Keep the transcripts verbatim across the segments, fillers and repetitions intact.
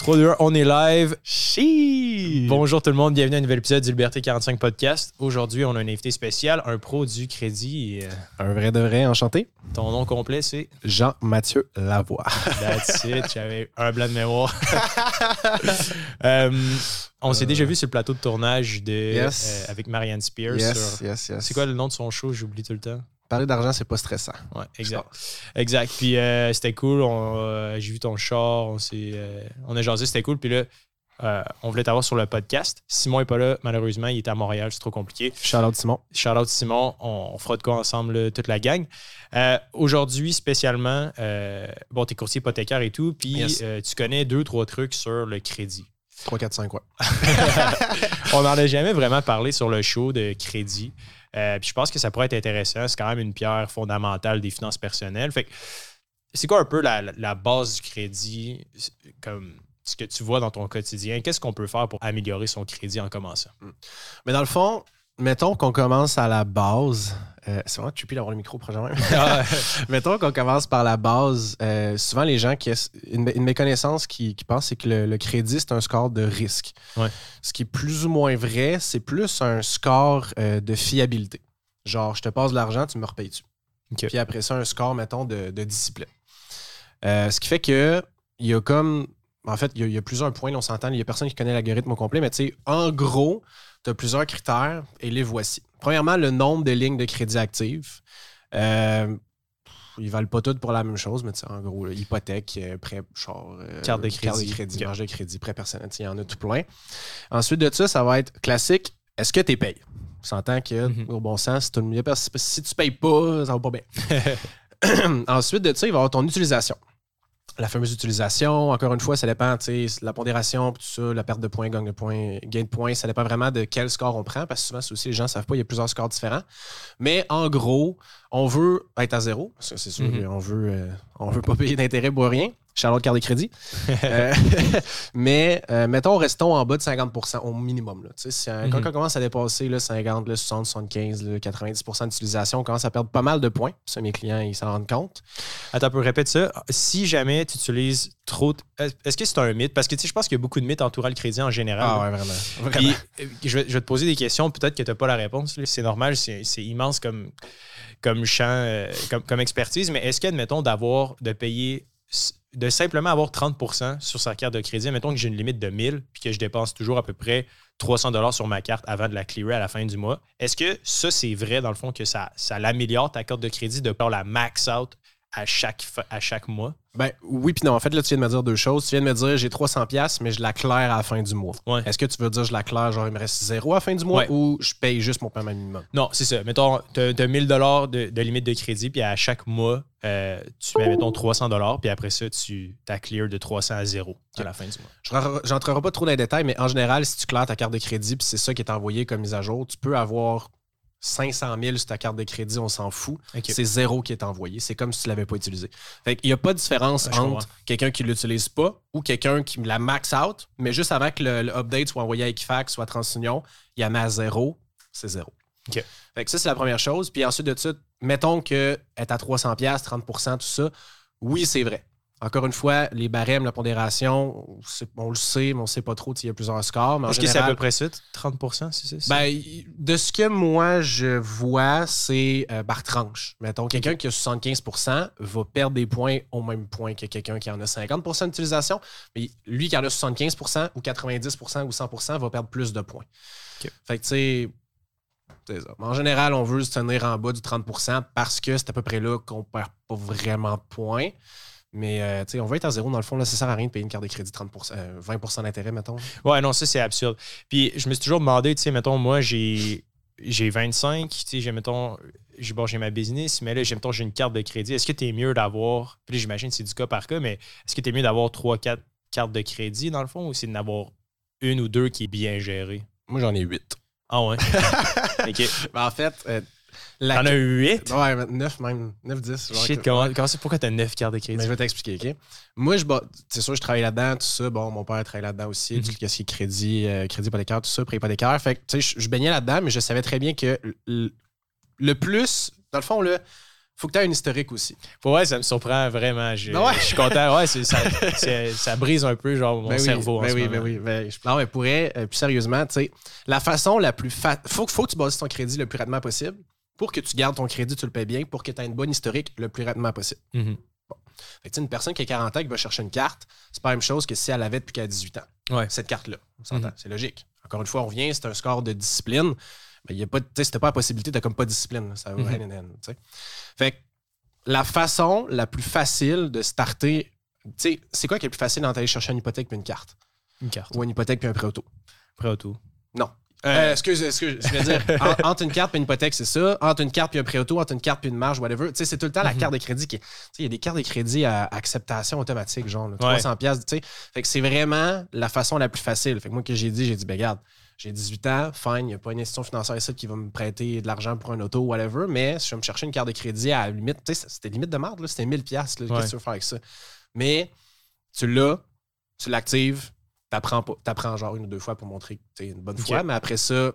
trois, deux, un, on est live. Chi! Bonjour tout le monde, bienvenue à un nouvel épisode du Liberté quarante-cinq Podcast. Aujourd'hui, on a un invité spécial, un pro du crédit. Un vrai de vrai, enchanté. Ton nom complet, c'est? Jean-Mathieu Lavoie. That's it, j'avais un blanc de mémoire. euh, on s'est euh... déjà vu sur le plateau de tournage de, yes. euh, avec Marianne Spears. Yes, sur... yes, yes. C'est quoi le nom de son show? J'oublie tout le temps. Parler d'argent, c'est pas stressant. Ouais, exact. Exact. Puis euh, c'était cool. On, euh, j'ai vu ton char. On, s'est, euh, on a jasé, c'était cool. Puis là, euh, on voulait t'avoir sur le podcast. Simon n'est pas là, malheureusement. Il est à Montréal. C'est trop compliqué. Shout-out Simon. Shout-out Simon. On, on fera de quoi ensemble, là, toute la gang. Euh, aujourd'hui, spécialement, euh, bon, t'es courtier hypothécaire et tout. Puis yes. euh, tu connais deux, trois trucs sur le crédit. trois, quatre, cinq, ouais. On n'en a jamais vraiment parlé sur le show de crédit. Euh, puis je pense que ça pourrait être intéressant. C'est quand même une pierre fondamentale des finances personnelles. Fait que c'est quoi un peu la, la base du crédit, comme ce que tu vois dans ton quotidien? Qu'est-ce qu'on peut faire pour améliorer son crédit en commençant? Mais dans le fond, mettons qu'on commence à la base. Euh, c'est vraiment trippy d'avoir le micro proche de même. Mettons qu'on commence par la base. Euh, souvent, les gens qui une, une méconnaissance qui, qui pensent, c'est que le, le crédit, c'est un score de risque. Ouais. Ce qui est plus ou moins vrai, c'est plus un score euh, de fiabilité. Genre, je te passe de l'argent, tu me repayes-tu. Okay. Puis après ça, un score, mettons, de, de discipline. Euh, ce qui fait que il y a comme... En fait, il y a, il y a plusieurs points, on s'entend. Il n'y a personne qui connaît l'algorithme au complet, mais tu sais, en gros, tu as plusieurs critères et les voici. Premièrement, le nombre de lignes de crédit actives. Euh, ils ne valent pas toutes pour la même chose, mais en gros, là, hypothèque, prêt, char, euh, carte de crédit, carte de crédit okay. marge de crédit, prêt personnel, il y en a tout plein. Ensuite de ça, ça va être classique. Est-ce que tu payes? On s'entend que, mm-hmm. au bon sens, si tu ne payes pas, ça va pas bien. Ensuite de ça, il va y avoir ton utilisation. La fameuse utilisation, encore une fois, ça dépend, tu sais, la pondération, tout ça, la perte de points, gain de points, gain de points, ça dépend vraiment de quel score on prend, parce que souvent, c'est aussi, les gens ne savent pas, il y a plusieurs scores différents. Mais en gros, on veut être à zéro, parce que c'est sûr, mm-hmm. on veut, euh, on veut pas payer d'intérêt pour rien. Charlotte carte de crédit. euh, mais euh, mettons, restons en bas de cinquante pour cent au minimum. Là. Si, euh, mm-hmm. Quand on commence à dépasser là, cinquante, là, soixante, soixante-quinze, là, quatre-vingt-dix pour cent d'utilisation, on commence à perdre pas mal de points. Ça, mes clients, ils s'en rendent compte. Attends, on peut répéter ça. Si jamais tu utilises trop... De... Est-ce que c'est un mythe? Parce que je pense qu'il y a beaucoup de mythes entourant le crédit en général. Ah ouais, vraiment. vraiment. Puis, je, vais, je vais te poser des questions. Peut-être que tu n'as pas la réponse. Là. C'est normal. C'est, c'est immense comme, comme champ, euh, comme, comme expertise. Mais est-ce qu'admettons d'avoir, de payer... de simplement avoir trente pour cent sur sa carte de crédit, mettons que j'ai une limite de mille puis que je dépense toujours à peu près trois cents dollars sur ma carte avant de la clearer à la fin du mois, est-ce que ça, c'est vrai dans le fond que ça, ça l'améliore ta carte de crédit de pas la max out à chaque, à chaque mois? Ben oui puis non. En fait, là, tu viens de me dire deux choses. Tu viens de me dire j'ai trois cents dollars, mais je la claire à la fin du mois. Ouais. Est-ce que tu veux dire je la claire, genre il me reste zéro à la fin du mois ouais. ou je paye juste mon paiement minimum? Non, c'est ça. Mettons, tu as mille dollars de, de limite de crédit, puis à chaque mois, euh, tu mets, mettons, trois cents dollars, puis après ça, tu as clear de trois cents à zéro à la fin du mois. Je n'entrerai pas trop dans les détails, mais en général, si tu claires ta carte de crédit, puis c'est ça qui est envoyé comme mise à jour, tu peux avoir cinq cent mille sur ta carte de crédit, on s'en fout. Okay. C'est zéro qui est envoyé. C'est comme si tu ne l'avais pas utilisé. Fait qu'il n'y a pas de différence ouais, entre quelqu'un qui ne l'utilise pas ou quelqu'un qui la max out, mais juste avant que le, le update soit envoyé à Equifax, soit à TransUnion, il y a à zéro, c'est zéro. Okay. Fait que ça, c'est la première chose. Puis ensuite de ça, mettons qu'elle est à trois cents dollars, trente pour cent, tout ça. Oui, c'est vrai. Encore une fois, les barèmes, la pondération, on le sait, mais on ne sait pas trop. Il y a plusieurs scores. Mais Est-ce général, que c'est à peu près ça, trente pour cent, c'est ça? Ben, de ce que moi, je vois, c'est euh, par tranche. Mettons, quelqu'un qui a soixante-quinze pour cent va perdre des points au même point que quelqu'un qui en a cinquante pour cent d'utilisation. Mais lui qui en a soixante-quinze pour cent ou quatre-vingt-dix pour cent ou cent pour cent va perdre plus de points. Okay. Fait que, tu sais... C'est ça. En général, on veut se tenir en bas du trente pour cent parce que c'est à peu près là qu'on ne perd pas vraiment de points. Mais euh, tu sais, on va être à zéro. Dans le fond, là, ça ne sert à rien de payer une carte de crédit trente pour cent, euh, vingt pour cent d'intérêt, mettons. Ouais, non, ça, c'est absurde. Puis je me suis toujours demandé, tu sais, mettons, moi, j'ai, j'ai vingt-cinq, tu sais, j'ai, mettons, j'ai, bon, j'ai ma business, mais là, j'ai, mettons, j'ai une carte de crédit. Est-ce que tu es mieux d'avoir, puis là, j'imagine que c'est du cas par cas, mais est-ce que tu es mieux d'avoir trois quatre cartes de crédit, dans le fond, ou c'est d'en avoir une ou deux qui est bien gérée? Moi, j'en ai huit. Ah ouais? OK. Ben, en fait... Euh, La... T'en as huit? Ouais, neuf même. neuf dix. Shit, que... comment, comment c'est, pourquoi t'as neuf cartes de crédit? Mais je vais t'expliquer, OK? Moi, je, bah, c'est sûr, je travaille là-dedans, tout ça. Bon, mon père travaille là-dedans aussi. Mm-hmm. Tout ce qui est crédit, euh, crédit hypothécaire, tout ça, prêt hypothécaire. Fait que, tu sais, je, je baignais là-dedans, mais je savais très bien que le, le plus, dans le fond, là, faut que tu aies un historique aussi. Pour ouais, ça me surprend vraiment. Je, ouais. je suis content. Ouais, c'est, ça, c'est, ça brise un peu genre mon ben cerveau oui, en ben ce oui, moment. Ben oui, ben oui. Non, mais pourrait, euh, plus sérieusement, tu sais, la façon la plus... Fa... Faut, faut que tu bases ton crédit le plus rapidement possible pour que tu gardes ton crédit, tu le payes bien, pour que tu aies une bonne historique le plus rapidement possible. Mm-hmm. Bon. Fait que, une personne qui a quarante ans qui va chercher une carte, c'est pas la même chose que si elle avait depuis qu'elle a dix-huit ans. Ouais. Cette carte-là, on s'entend, Mm-hmm. c'est logique. Encore une fois, on revient, c'est un score de discipline. Ben, y a pas, si t'as pas la possibilité, t'as comme pas de discipline. Là, ça va Mm-hmm. hand in hand, t'sais. Fait que la façon la plus facile de starter, tu sais, c'est quoi qui est plus facile d'aller chercher une hypothèque puis une carte? Une carte. Ou une hypothèque puis un prêt auto? Prêt auto. Non. Euh, excuse, excuse, je veux dire, en, entre une carte et une hypothèque, c'est ça. Entre une carte et un prêt auto, entre une carte et une marge, whatever. Tu sais, c'est tout le temps la Mm-hmm. carte de crédit qui est. Tu sais, il y a des cartes de crédit à acceptation automatique, genre, là, Ouais. trois cents piastres, tu sais. Fait que c'est vraiment la façon la plus facile. Fait que moi, que j'ai dit, j'ai dit, ben, regarde, j'ai dix-huit ans, fine, il n'y a pas une institution financière ici qui va me prêter de l'argent pour un auto, whatever, mais si je vais me chercher une carte de crédit à la limite, tu sais, c'était limite de merde, là, c'était mille piastres, là, Ouais. qu'est-ce que tu veux faire avec ça? Mais tu l'as, tu l'actives, t'apprends pas, t'apprends genre une ou deux fois pour montrer que t'es une bonne Okay. fois, mais après ça,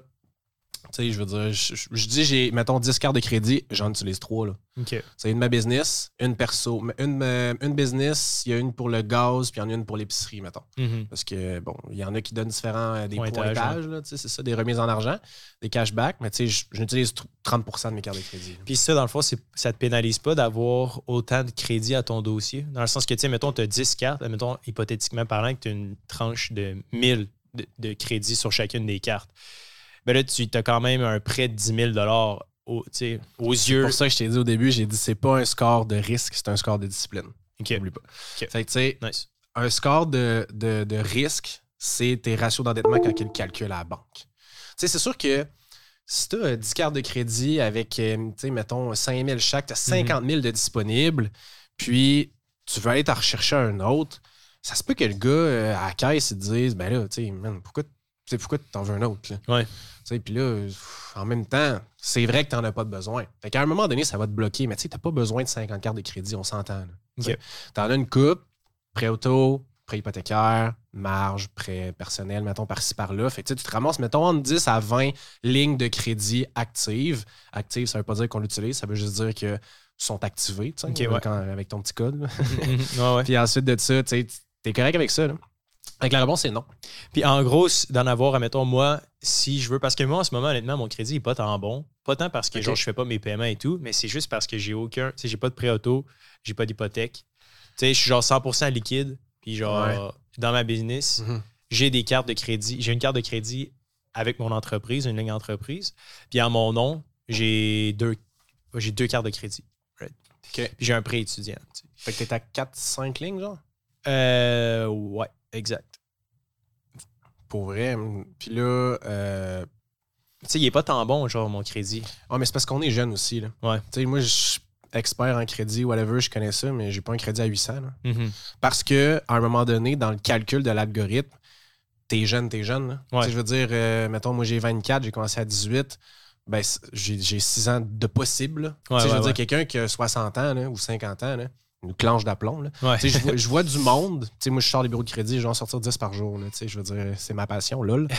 tu sais, je veux dire, je, je, je dis, j'ai, mettons, dix cartes de crédit, j'en utilise trois, là. OK. C'est une de ma business, une perso. Une, euh, une business, il y a une pour le gaz, puis il y en a une pour l'épicerie, mettons. Mm-hmm. Parce que, bon, il y en a qui donnent différents, euh, des Pointages, pointages, là, tu sais, c'est ça, des remises en argent, des cashbacks, mais tu sais, j'utilise trente pour cent de mes cartes de crédit. Là. Puis ça, dans le fond, c'est, ça te pénalise pas d'avoir autant de crédit à ton dossier. Dans le sens que, tu sais, mettons, tu as dix cartes, mettons, hypothétiquement parlant, que tu as une tranche de mille de, de crédit sur chacune des cartes. Ben là, tu as quand même un prêt de dix mille dollars au, aux C'est yeux. pour ça que je t'ai dit au début, j'ai dit, c'est pas un score de risque, c'est un score de discipline. OK. N'oublie pas. OK. Fait que, tu sais, Nice. un score de, de, de risque, c'est tes ratios d'endettement quand ils le calculent à la banque. Tu sais, c'est sûr que si tu as dix cartes de crédit avec, euh, tu sais, mettons, cinq mille chaque, tu as cinquante mille de disponibles, puis tu veux aller t'en rechercher un autre, ça se peut que le gars euh, à la caisse, il te dise, ben là, tu sais, man, pourquoi, pourquoi tu t'en veux un autre? Là? Ouais. Puis là, en même temps, c'est vrai que tu n'en as pas de besoin. Fait qu'à un moment donné, ça va te bloquer. Mais tu sais, tu n'as pas besoin de cinquante cartes de crédit, on s'entend. Okay. Tu en as une coupe, prêt auto, prêt hypothécaire, marge, prêt personnel, mettons par-ci, par-là. Fait que tu te ramasses, mettons, entre dix à vingt lignes de crédit actives. Actives, ça ne veut pas dire qu'on l'utilise, ça veut juste dire que sont activées, okay, ouais. quand, avec ton petit code. ouais, ouais. Puis ensuite de ça, tu es correct avec ça. Là. Avec la réponse, c'est non. Puis en gros, d'en avoir, admettons, moi, si je veux, parce que moi, en ce moment, honnêtement, mon crédit n'est pas tant bon. Pas tant parce que, okay. genre, je fais pas mes paiements et tout, mais c'est juste parce que j'ai aucun, tu sais, j'ai pas de prêt auto, j'ai pas d'hypothèque. Tu sais, je suis genre cent pour cent liquide, puis genre, ouais. dans ma business, mm-hmm. j'ai des cartes de crédit. J'ai une carte de crédit avec mon entreprise, une ligne entreprise. Puis en mon nom, j'ai deux, j'ai deux cartes de crédit. Right? Okay. Puis j'ai un prêt étudiant. Tu sais. Fait que t'es à quatre cinq lignes, genre? Euh, ouais. Exact. Pour vrai. Puis là, euh... tu sais, il est pas tant bon, genre, mon crédit. Ah, mais c'est parce qu'on est jeune aussi, là. Ouais. Tu sais, moi, je suis expert en crédit, whatever, je connais ça, mais j'ai pas un crédit à huit cents, là. Mm-hmm. Parce que, à un moment donné, dans le calcul de l'algorithme, t'es jeune, t'es jeune, là. Ouais. Tu sais, je veux dire, euh, mettons, moi, j'ai vingt-quatre, j'ai commencé à dix-huit. Ben, j'ai, j'ai six ans de possible, là. Ouais, tu sais, ouais, je veux ouais. dire, quelqu'un qui a soixante ans, là, ou cinquante ans, là, une clenche d'aplomb. Là. Ouais. Je, vois, je vois du monde. T'sais, moi, je sors des bureaux de crédit, je vais en sortir dix par jour. Là, je veux dire, c'est ma passion, lol.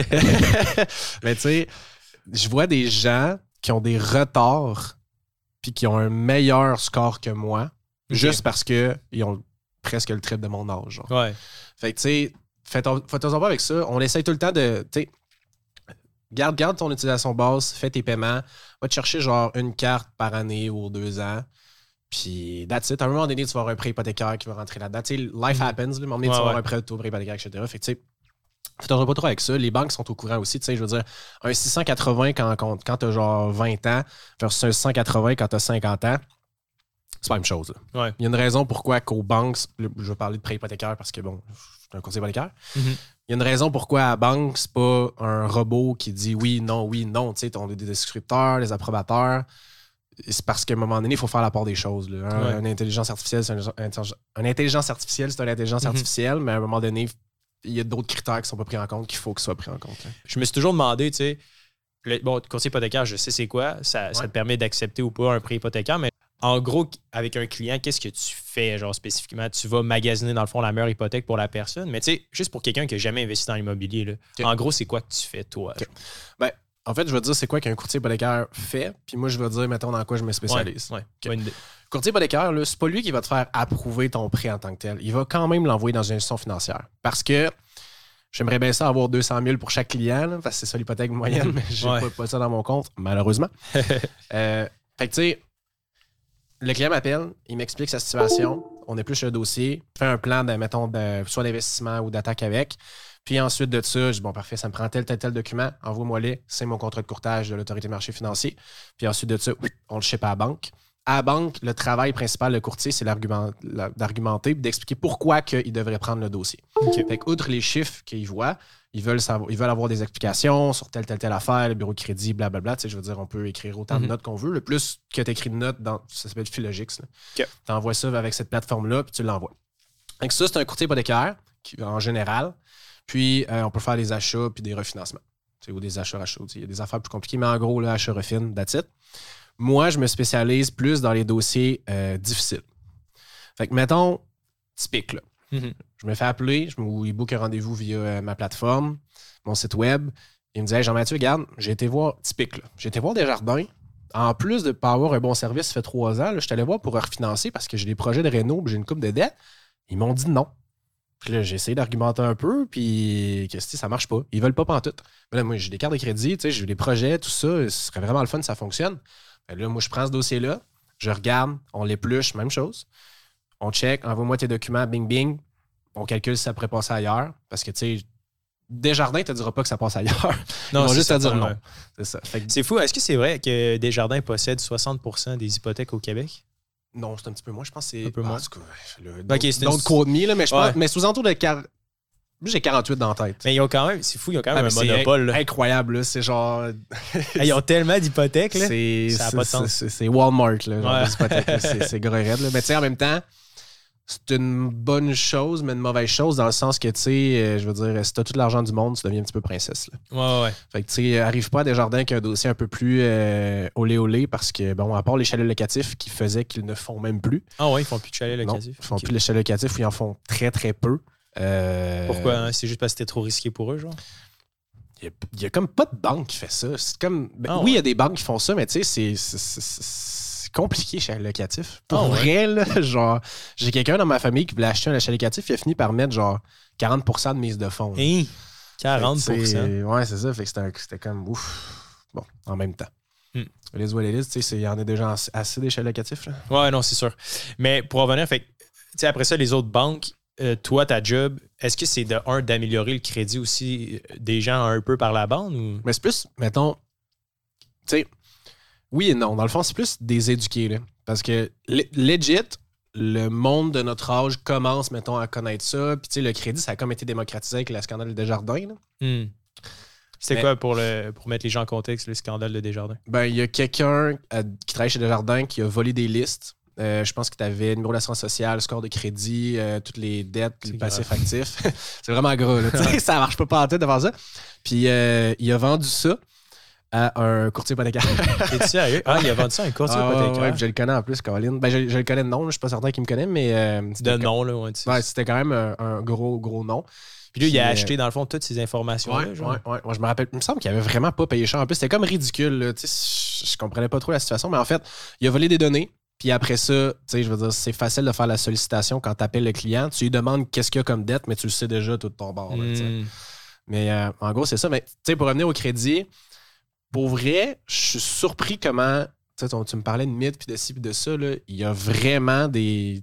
Mais tu sais, je vois des gens qui ont des retards puis qui ont un meilleur score que moi, okay. juste parce qu'ils ont presque le triple de mon âge. Genre. Ouais. Fait que, tu sais, fais-toi pas avec ça. On essaye tout le temps de... Garde, garde ton utilisation basse, fais tes paiements, va te chercher genre une carte par année ou deux ans. Puis, that's it. À un moment donné, tu vas avoir un prêt hypothécaire qui va rentrer là-dedans. Tu sais, life mm-hmm. happens. Là, à un moment donné, ouais, tu vas ouais. avoir un prêt auto, un prêt hypothécaire, et cetera. Fait que, tu sais, fais-toi pas trop avec ça. Les banques sont au courant aussi. Tu sais, je veux dire, un six cent quatre-vingts quand, quand, quand t'as genre vingt ans versus un six cent quatre-vingts quand t'as cinquante ans, c'est pas la même chose. Là. Ouais. Il y a une raison pourquoi qu'aux banques, je vais parler de prêt hypothécaire parce que, bon, je suis un conseiller hypothécaire. Mm-hmm. Il y a une raison pourquoi à la banque, c'est pas un robot qui dit oui, non, oui, non. Tu sais, t'as des descripteurs, des approbateurs. C'est parce qu'à un moment donné, il faut faire la part des choses. Là. Un, ouais. Une intelligence artificielle, c'est un, une intelligence artificielle, c'est une intelligence mm-hmm. artificielle, mais à un moment donné, il y a d'autres critères qui ne sont pas pris en compte qu'il faut qu'ils soient pris en compte. Là. Je me suis toujours demandé, tu sais, le, bon, conseiller hypothécaire, je sais c'est quoi, ça, ouais. ça te permet d'accepter ou pas un prêt hypothécaire, mais en gros, avec un client, qu'est-ce que tu fais, genre spécifiquement? Tu vas magasiner, dans le fond, la meilleure hypothèque pour la personne, mais tu sais, juste pour quelqu'un qui n'a jamais investi dans l'immobilier, là, okay. en gros, c'est quoi que tu fais, toi? Okay. Ben, En fait, je vais te dire c'est quoi qu'un courtier hypothécaire fait, puis moi, je vais te dire, mettons, dans quoi je me spécialise. Ouais, ouais. Okay. Bonne idée. Courtier hypothécaire, là, c'est pas lui qui va te faire approuver ton prêt en tant que tel. Il va quand même l'envoyer dans une institution financière. Parce que j'aimerais bien ça avoir deux cent mille pour chaque client, là, parce que c'est ça l'hypothèque moyenne, mais j'ai ouais. pas, pas ça dans mon compte, malheureusement. euh, fait que, tu sais, le client m'appelle, il m'explique sa situation, on épluche le dossier, fait un plan, de, mettons, de, soit d'investissement ou d'attaque avec. Puis ensuite de ça, je dis bon, parfait, ça me prend tel, tel, tel document, envoie-moi-les, c'est mon contrat de courtage de l'Autorité des marchés financiers. Puis ensuite de ça, on le ship à la banque. À la banque, le travail principal de courtier, c'est l'argument, d'argumenter et d'expliquer pourquoi il devrait prendre le dossier. Okay. Fait qu'outre les chiffres qu'ils voient, ils veulent, savoir, ils veulent avoir des explications sur telle, telle, telle affaire, le bureau de crédit, blablabla. Tu sais, je veux dire, on peut écrire autant mm-hmm. de notes qu'on veut. Le plus que tu écris de notes, dans, ça s'appelle Philogix. Okay. Tu envoies ça avec cette plateforme-là, puis tu l'envoies. Donc ça, c'est un courtier hypothécaire, qui, en général. Puis, euh, on peut faire des achats puis des refinancements. Tu sais, ou des achats-rachats. Il y a des affaires plus compliquées, mais en gros, là, achat-refin, that's it. Moi, je me spécialise plus dans les dossiers euh, difficiles. Fait que, mettons, typique, là. Mm-hmm. Je me fais appeler, je me book un rendez-vous via euh, ma plateforme, mon site web. Il me dit hey, Jean-Mathieu, regarde, j'ai été voir, typique, là. J'ai été voir Desjardins. En plus de ne pas avoir un bon service, ça fait trois ans, là, je suis allé voir pour refinancer parce que j'ai des projets de réno et j'ai une coupe de dettes. Ils m'ont dit non. Puis là, j'ai essayé d'argumenter un peu, puis que ça marche pas. Ils veulent pas pantoute. Mais là, moi, j'ai des cartes de crédit, j'ai des projets, tout ça. Ce serait vraiment le fun si ça fonctionne. Fait là, moi, je prends ce dossier-là, je regarde, on l'épluche, même chose. On check, envoie-moi tes documents, bing, bing. On calcule si ça pourrait passer ailleurs. Parce que, tu sais, Desjardins ne te dira pas que ça passe ailleurs. Non, Ils vont juste te dire ouais. non. C'est ça. Fait que... C'est fou. Est-ce que c'est vrai que Desjardins possède soixante pour cent des hypothèques au Québec? Non, c'est un petit peu moins. Je pense que c'est. Un peu moins. Donc, don't quote me, là, mais je ouais. pense. Mais sous entour de. Car... J'ai quarante-huit dans la tête. Mais ils ont quand même. C'est fou, ils ont quand même ah, un monopole. C'est incroyable, là. C'est genre. Ils ont tellement d'hypothèques, là. C'est, ça n'a pas de sens. C'est, c'est Walmart, là. Genre ouais. d'hypothèques, là. C'est, c'est gros raide, là. Mais tu sais, en même temps, c'est une bonne chose, mais une mauvaise chose dans le sens que, tu sais, je veux dire, si t'as tout l'argent du monde, tu deviens un petit peu princesse, là. Ouais, ouais. Fait que, tu sais, arrive pas à Desjardins avec un dossier un peu plus euh, olé olé parce que, bon, à part les chalets locatifs qui faisaient qu'ils ne font même plus. Ah ouais, ils font plus de chalets locatifs. Non, ils font okay. plus les chalets locatifs ou ils en font très, très peu. Euh... Pourquoi? Hein? C'est juste parce que c'était trop risqué pour eux, genre? Il y, y a comme pas de banque qui fait ça. C'est comme... Ben, ah, oui, il ouais. y a des banques qui font ça, mais tu sais, c'est, c'est, c'est, c'est compliqué chez le locatif. Pour ah, vrai, ouais. là, genre, j'ai quelqu'un dans ma famille qui voulait acheter un achat locatif, il a fini par mettre genre quarante pour cent de mise de fonds. Hey, quarante pour cent. Fait, ouais, c'est ça. Fait que c'était, c'était comme ouf. Bon, en même temps. Hmm. Les Ouellis, tu sais, il y en a déjà assez des chalets locatifs. Là. Ouais, non, c'est sûr. Mais pour revenir, fait, tu sais, après ça, les autres banques, euh, toi, ta job, est-ce que c'est de un d'améliorer le crédit aussi des gens un peu par la bande? Ou? Mais c'est plus, mettons, tu sais, oui et non. Dans le fond, c'est plus des éduqués. Là. Parce que, legit, le monde de notre âge commence, mettons, à connaître ça. Puis, tu sais, le crédit, ça a comme été démocratisé avec le scandale de Desjardins. Hmm. C'était Mais, quoi pour, le, pour mettre les gens en contexte, le scandale de Desjardins? Ben, il y a quelqu'un euh, qui travaille chez Desjardins qui a volé des listes. Euh, je pense que tu avais le numéro d'assurance sociale, le score de crédit, euh, toutes les dettes, c'est les passifs actifs. C'est vraiment gros. Là, ça marche pas en tête devant ça. Puis euh, il a vendu ça à un courtier hypothécaire. Es-tu sérieux? Ah, il a vendu ça à un courtier ah, hypothécaire. Ouais, je le connais en plus, Colin. Ben, je, je le connais de nom, je suis pas certain qu'il me connaît, mais. Euh, de nom, là, ouais, ouais, c'était quand même un, un gros, gros nom. Puis lui, il a acheté, dans le fond, toutes ces informations-là. Ouais, ouais, ouais, ouais. Je me rappelle. Il me semble qu'il avait vraiment pas payé cher. En plus, c'était comme ridicule. Là. Je, je comprenais pas trop la situation, mais en fait, il a volé des données. Puis après ça, tu sais, je veux dire, c'est facile de faire la sollicitation quand tu appelles le client. Tu lui demandes qu'est-ce qu'il y a comme dette, mais tu le sais déjà tout de ton bord. Là, mm. Mais euh, en gros, c'est ça. Mais tu sais, pour revenir au crédit, pour vrai, je suis surpris comment. Tu sais, tu me parlais de mythes, puis de ci, puis de ça. Là, il y a vraiment des.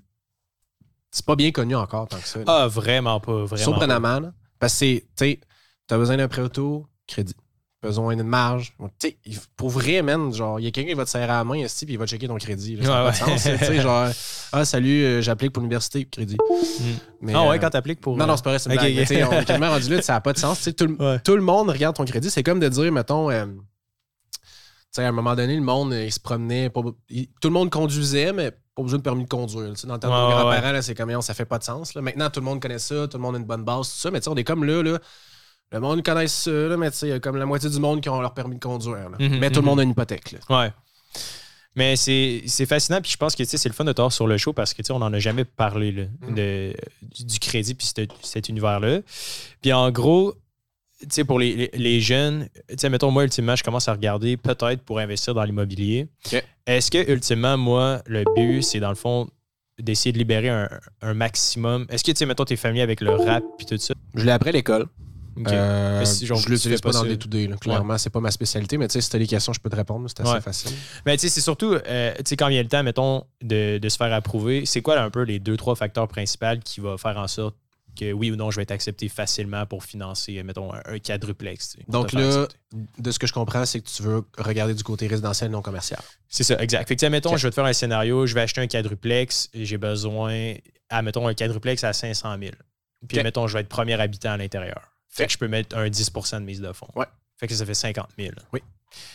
C'est pas bien connu encore tant que ça. Là. Ah, vraiment pas. Vraiment Surprenamment. Là, parce que c'est, tu sais, tu as besoin d'un prêt auto, crédit. Besoin d'une marge. Tu sais, pour vrai, man, genre, il y a quelqu'un qui va te serrer à la main ici puis il va checker ton crédit. Là, ça n'a ouais, pas de sens. Tu sais, genre, ah, salut, euh, j'applique pour l'université, crédit. Mm. Mais, ah ouais, euh, quand t'appliques pour. Non, non, c'est pas vrai, c'est une okay, blague. okay. On est tellement rendu là, ça n'a pas de sens. Tu sais, tout, ouais. tout le monde regarde ton crédit. C'est comme de dire, mettons, euh, tu sais, à un moment donné, le monde, il se promenait. Pas, il, tout le monde conduisait, mais pas besoin de permis de conduire. Tu sais, dans le temps de nos ouais, grands-parents, ouais. là, c'est comme, ça fait pas de sens. Là. Maintenant, tout le monde connaît ça, tout le monde a une bonne base, tout ça. Mais tu sais, on est comme là, là. Le monde connaît ça, là, mais tu sais, il y a comme la moitié du monde qui ont leur permis de conduire. Là. Mm-hmm, mais tout mm-hmm. le monde a une hypothèque. Là. Ouais. Mais c'est, c'est fascinant, puis je pense que c'est le fun de t'avoir sur le show parce que on n'en a jamais parlé là, mm. de, du, du crédit puis cet, cet univers-là. Puis en gros, sais, pour les, les, les jeunes, tu sais, mettons, moi, ultimement, je commence à regarder peut-être pour investir dans l'immobilier. Okay. Est-ce que, ultimement, moi, le but, c'est dans le fond d'essayer de libérer un, un maximum? Est-ce que, tu sais, mettons, t'es familier avec le rap et tout ça? Je l'ai appris à l'école. Okay. Euh, si, genre, je l'utilise pas, pas dans ça. les day-to-day. Là. Clairement, ouais. c'est pas ma spécialité, mais tu sais, si t'as des questions, je peux te répondre. C'est assez ouais. facile. Mais tu sais, c'est surtout, euh, tu sais, quand vient le temps, mettons, de, de se faire approuver, c'est quoi là, un peu les deux, trois facteurs principaux qui vont faire en sorte que oui ou non, je vais être accepté facilement pour financer, mettons, un, un quadruplex. Tu sais, donc là, de ce que je comprends, c'est que tu veux regarder du côté résidentiel non commercial. C'est ça, exact. Fait que, mettons, okay. je vais te faire un scénario, je vais acheter un quadruplex et j'ai besoin, à, mettons, un quadruplex à cinq cent mille. Puis, okay. mettons, je vais être premier habitant à l'intérieur. Fait que je peux mettre un dix pour cent de mise de fonds. Ouais. Fait que ça fait cinquante mille. Oui.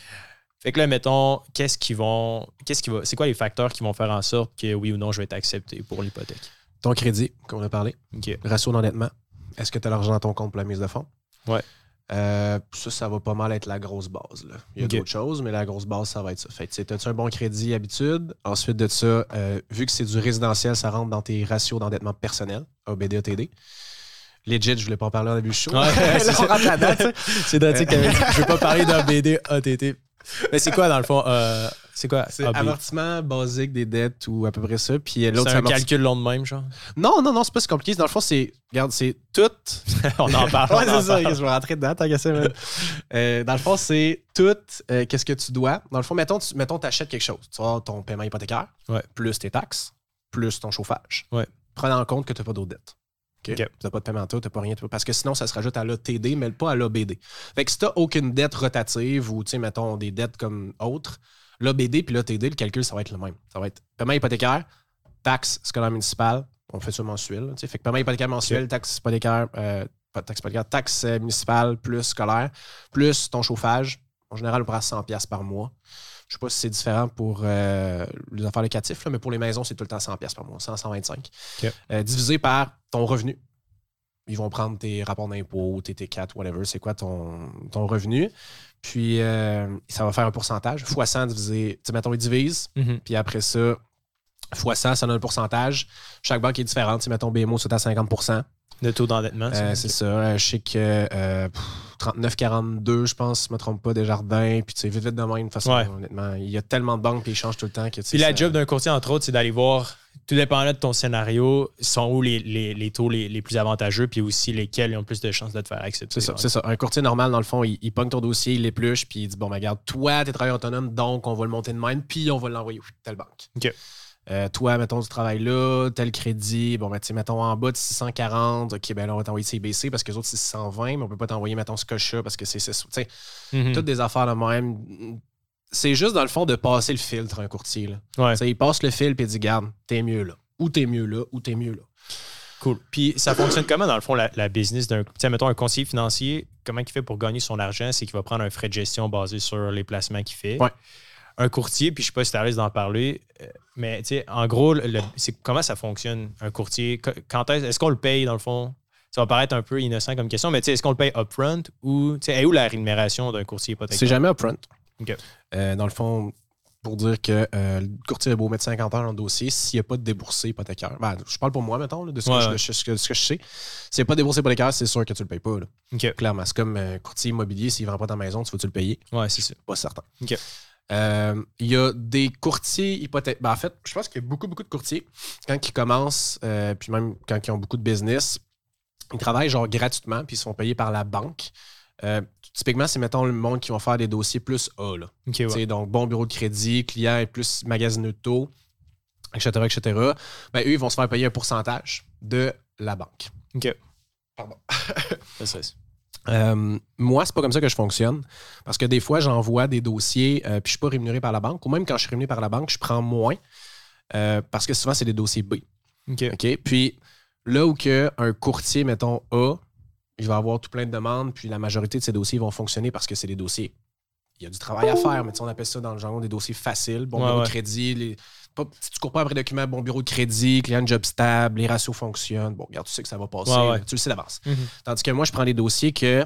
Fait que là, mettons, qu'est-ce qui vont. Qu'est-ce qui va. C'est quoi les facteurs qui vont faire en sorte que oui ou non, je vais être accepté pour l'hypothèque? Ton crédit, comme on a parlé. Okay. Ratio d'endettement. Est-ce que tu as l'argent dans ton compte pour la mise de fonds? Ouais. Euh, ça, ça va pas mal être la grosse base. Là. Il y a okay. d'autres choses, mais la grosse base, ça va être ça. Fait que as-tu un bon crédit habitude? Ensuite de ça, euh, vu que c'est du résidentiel, ça rentre dans tes ratios d'endettement personnel, A B D, A T D. Legit, je voulais pas en parler en début de show. Ouais, c'est on rentre là-dedans, tu sais. C'est drôle, je veux pas parler d'un B D A T T. Mais c'est quoi, dans le fond? Euh, c'est quoi? C'est amortissement basique des dettes ou à peu près ça. Puis l'autre, c'est un amorti... calcul long de même, genre? Non, non, non, c'est pas si compliqué. Dans le fond, c'est... Regarde, c'est tout... on en parle. ouais, c'est ça. Je vais rentrer dedans, tant qu'à ça. euh, dans le fond, c'est tout euh, qu'est-ce que tu dois. Dans le fond, mettons, tu mettons, achètes quelque chose. Tu vois, ton paiement hypothécaire, ouais. plus tes taxes, plus ton chauffage. Ouais. Prends en compte que tu n'as pas d'autres dettes. Okay. Okay. Tu n'as pas de paiement taux, tu n'as pas rien. Parce que sinon, ça se rajoute à l'A T D, mais pas à l'A B D. Fait que si tu n'as aucune dette rotative ou, tu sais, mettons, des dettes comme autres, l'A B D puis l'A T D, le calcul, ça va être le même. Ça va être paiement hypothécaire, taxe scolaire municipale, on fait ça mensuel. Tu sais, fait que paiement hypothécaire mensuel, okay. taxe hypothécaire, euh, pas taxe hypothécaire, taxe municipale plus scolaire, plus ton chauffage. En général, on prend cent dollars par mois. Je ne sais pas si c'est différent pour euh, les affaires locatifs, là, mais pour les maisons, c'est tout le temps cent dollars par mois, cent, cent vingt-cinq. Okay. Euh, divisé par ton revenu. Ils vont prendre tes rapports d'impôts, tes T quatre, whatever, c'est quoi ton, ton revenu. Puis, euh, ça va faire un pourcentage. fois cent divisé, tu sais, mettons, ils divisent. Mm-hmm. Puis après ça, fois cent, ça donne un pourcentage. Chaque banque est différente. Tu sais, mettons, B M O, c'est à cinquante pour cent. Le taux d'endettement, euh, c'est ça. Euh, je sais que euh, trente-neuf quarante-deux, je pense, si je ne me trompe pas, Desjardins. Puis, tu sais, vite, vite de même, de toute façon, ouais. honnêtement. Il y a tellement de banques, puis ils changent tout le temps. Que, puis, la ça... job d'un courtier, entre autres, c'est d'aller voir, tout dépendant de ton scénario, sont où les, les, les taux les, les plus avantageux, puis aussi lesquels ont plus de chances de te faire accepter. C'est ça, c'est ça. Un courtier normal, dans le fond, il, il pogne ton dossier, il l'épluche, puis il dit, bon, ben, regarde, toi, tu es travailleur autonome, donc on va le monter de même, puis on va l'envoyer à telle banque. OK. Euh, toi, mettons, tu travailles là, tel crédit, bon, ben, tu sais, mettons, en bas de six cent quarante, OK, ben là, on va t'envoyer C B C parce que les autres, c'est six cent vingt, mais on peut pas t'envoyer, mettons, Scotia parce que c'est six. Tu sais, mm-hmm. toutes des affaires de même. C'est juste, dans le fond, de passer le filtre, un courtier, là. Ouais. Tu sais, il passe le fil, puis il dit, garde, t'es mieux là. Ou t'es mieux là, ou t'es mieux là. Cool. Puis, ça fonctionne comment, dans le fond, la, la business d'un. Tu sais, mettons, un conseiller financier, comment il fait pour gagner son argent? C'est qu'il va prendre un frais de gestion basé sur les placements qu'il fait. Ouais. Un courtier, puis je ne sais pas si tu es à l'aise d'en parler, mais tu sais, en gros, le, c'est, comment ça fonctionne, un courtier? Quand est-ce, est-ce qu'on le paye, dans le fond? Ça va paraître un peu innocent comme question, mais tu sais, est-ce qu'on le paye upfront ou, tu sais, est où la rémunération d'un courtier hypothécaire? C'est jamais upfront. OK. Euh, dans le fond, pour dire que euh, le courtier est beau mettre cinquante heures dans le dossier, s'il n'y a pas de déboursé hypothécaire, ben, je parle pour moi, mettons, là, de ce, ouais, que ouais. Je, ce, que, ce que je sais. S'il n'y a pas de déboursé hypothécaire, c'est sûr que tu ne le payes pas. Là. Okay. Clairement, c'est comme un euh, courtier immobilier, s'il ne vend pas ta maison, tu vas-tu le payer? Ouais, c'est ça. Pas certain. OK. Euh, il y a des courtiers hypothécaires. Ben, en fait, je pense qu'il y a beaucoup, beaucoup de courtiers, quand ils commencent, euh, puis même quand ils ont beaucoup de business, ils travaillent genre gratuitement, puis ils sont payés par la banque. Euh, typiquement, c'est, mettons, le monde qui vont faire des dossiers plus A. Là. Okay, ouais. Donc, bon bureau de crédit, client est plus magasineux de taux, et cetera, et cetera. Ben, eux, ils vont se faire payer un pourcentage de la banque. OK. Pardon. Ça serait ça. Euh, moi, c'est pas comme ça que je fonctionne. Parce que des fois, j'envoie des dossiers euh, puis je suis pas rémunéré par la banque. Ou même quand je suis rémunéré par la banque, je prends moins. Euh, parce que souvent, c'est des dossiers B. OK. Okay? Puis là où que un courtier, mettons, A, il va avoir tout plein de demandes, puis la majorité de ces dossiers vont fonctionner parce que c'est des dossiers. Il y a du travail à faire, mais on appelle ça dans le genre des dossiers faciles. Bon ouais, bureau ouais. de crédit, les, pas, si tu cours pas après document, bon bureau de crédit, client de job stable, les ratios fonctionnent. Bon, regarde, tu sais que ça va passer. Ouais, ouais. Tu le sais d'avance. Mm-hmm. Tandis que moi, je prends des dossiers que,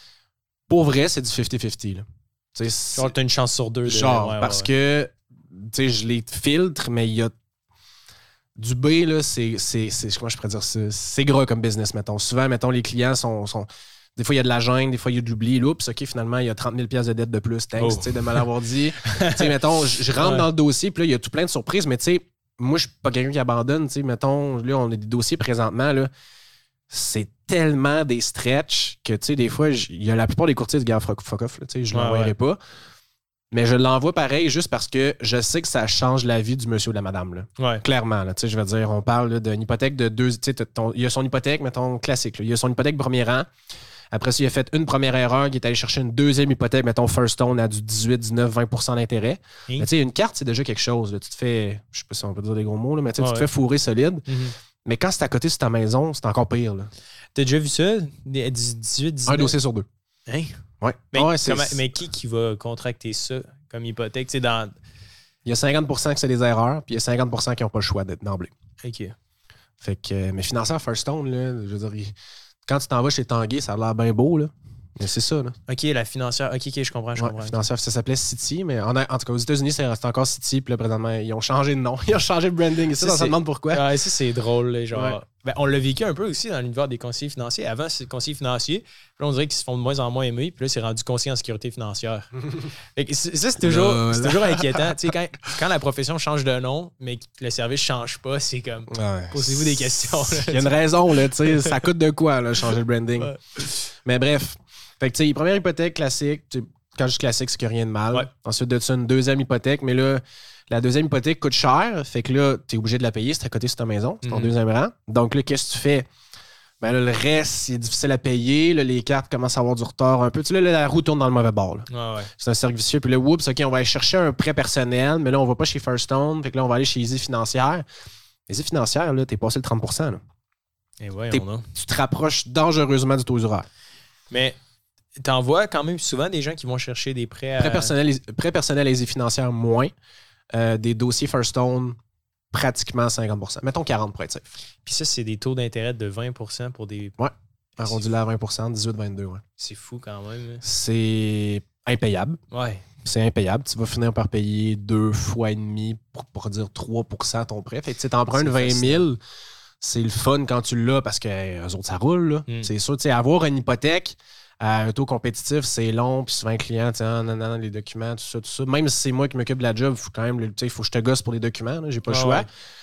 pour vrai, c'est du cinquante cinquante. Genre, t'as une chance sur deux. De... Genre, ouais, parce ouais, que, tu sais, je les filtre, mais il y a du B, là, c'est, c'est, c'est, comment je pourrais dire ça? C'est gras comme business, mettons. Souvent, mettons, les clients sont... sont Des fois, il y a de la gêne, des fois, il y a de l'oubli. Oups, OK, finalement, il y a trente mille piastres de dette de plus. Thanks, oh. de me l'avoir dit. Tu sais, mettons, je rentre ouais. dans le dossier, puis là, il y a tout plein de surprises, mais tu sais, moi, je suis pas quelqu'un qui abandonne. Tu sais, mettons, là, on a des dossiers présentement, là. C'est tellement des stretches que, tu sais, des fois, il y a la plupart des courtiers de gars fuck off, tu sais, je ne l'envoyerai ouais, ouais. pas. Mais je l'envoie pareil juste parce que je sais que ça change la vie du monsieur ou de la madame. Là. Ouais. Clairement, là, je veux dire, on parle d'une hypothèque de deux. Ton, il y a son hypothèque, mettons, classique. Là. Il y a son hypothèque premier rang. Après ça, il a fait une première erreur, il est allé chercher une deuxième hypothèque, mettons, First Stone à du dix-huit, dix-neuf, vingt pour cent d'intérêt. Mais tu sais, une carte, c'est déjà quelque chose. Là. Tu te fais, je sais pas si on peut dire des gros mots, là, mais ouais, tu te ouais. fais fourrer solide. Mm-hmm. Mais quand c'est à côté sur ta maison, c'est encore pire. Là. T'as déjà vu ça? dix-huit, dix-neuf? Un dossier sur deux. Hein? Ouais. Mais, ouais, comment, mais qui qui va contracter ça comme hypothèque? T'sais, dans... Il y a cinquante pour cent qui c'est des erreurs, puis il y a cinquante pour cent qui n'ont pas le choix d'être d'emblée. OK. Fait que, mais financière First Stone, là, je veux dire, il... quand tu t'en vas chez Tanguay, ça a l'air bien beau, là. Mais c'est ça, là. OK, la financière. OK, OK, je comprends, je ouais, comprends. Financière, ça s'appelait Citi, mais en, en tout cas, aux États-Unis, c'est resté encore Citi, puis là, présentement, ils ont changé de nom. Ils ont changé de branding. Et ça, ça, ça demande pourquoi. Ah, ça, c'est drôle, là, genre. Ouais. Ben, on l'a vécu un peu aussi dans l'univers des conseillers financiers. Avant, c'est conseiller financier. Puis là, on dirait qu'ils se font de moins en moins aimer. Puis là, c'est rendu conseiller en sécurité financière. Fait que ça, c'est toujours, là, là. c'est toujours inquiétant. Tu sais, quand, quand la profession change de nom, mais que le service ne change pas, c'est comme. Ouais. Posez-vous des questions. Il y a une raison, là. Tu sais, ça coûte de quoi, là, changer le branding. Ouais. Mais bref. Fait que, tu sais, première hypothèque classique. Quand je dis classique, c'est qu'il n'y a rien de mal. Ouais. Ensuite de ça, une deuxième hypothèque. Mais là, la deuxième hypothèque coûte cher. Fait que là, tu es obligé de la payer. C'est à côté de ta maison. C'est ton mm-hmm. deuxième rang. Donc là, qu'est-ce que tu fais? Ben là, le reste, c'est difficile à payer. Là, les cartes commencent à avoir du retard un peu. Tu sais, là, la roue tourne dans le mauvais bord. Ah ouais. C'est un cercle vicieux. Puis là, oups, OK, on va aller chercher un prêt personnel. Mais là, on va pas chez First Stone. Fait que là, on va aller chez Easy Financière. Easy Financière, là, t'es passé le trente pour cent. Là. Et ouais, on a. Tu te rapproches dangereusement du taux usuraire. Mais t'en vois quand même souvent des gens qui vont chercher des prêts à... Prêts personnels, prêts personnels à Easy Financière, moins. Euh, des dossiers First Stone, pratiquement cinquante pour cent. Mettons quarante pour être safe. Puis ça, c'est des taux d'intérêt de vingt pour cent pour des... Ouais, arrondi là à vingt pour cent, dix-huit vingt-deux. Ouais. C'est fou quand même. C'est impayable. Ouais. C'est impayable. Tu vas finir par payer deux fois et demi pour, pour dire trois pour cent ton prêt. Fait que tu t'empruntes vingt mille, c'est le fun quand tu l'as parce que hey, eux autres, ça roule. Là. Mm. C'est sûr, tu sais, avoir une hypothèque à un taux compétitif, c'est long, puis souvent, le client, tu sais, non, non, non, les documents, tout ça, tout ça. Même si c'est moi qui m'occupe de la job, il faut quand même, tu sais, il faut que je te gosse pour les documents, là, j'ai pas le ah, choix. Ouais.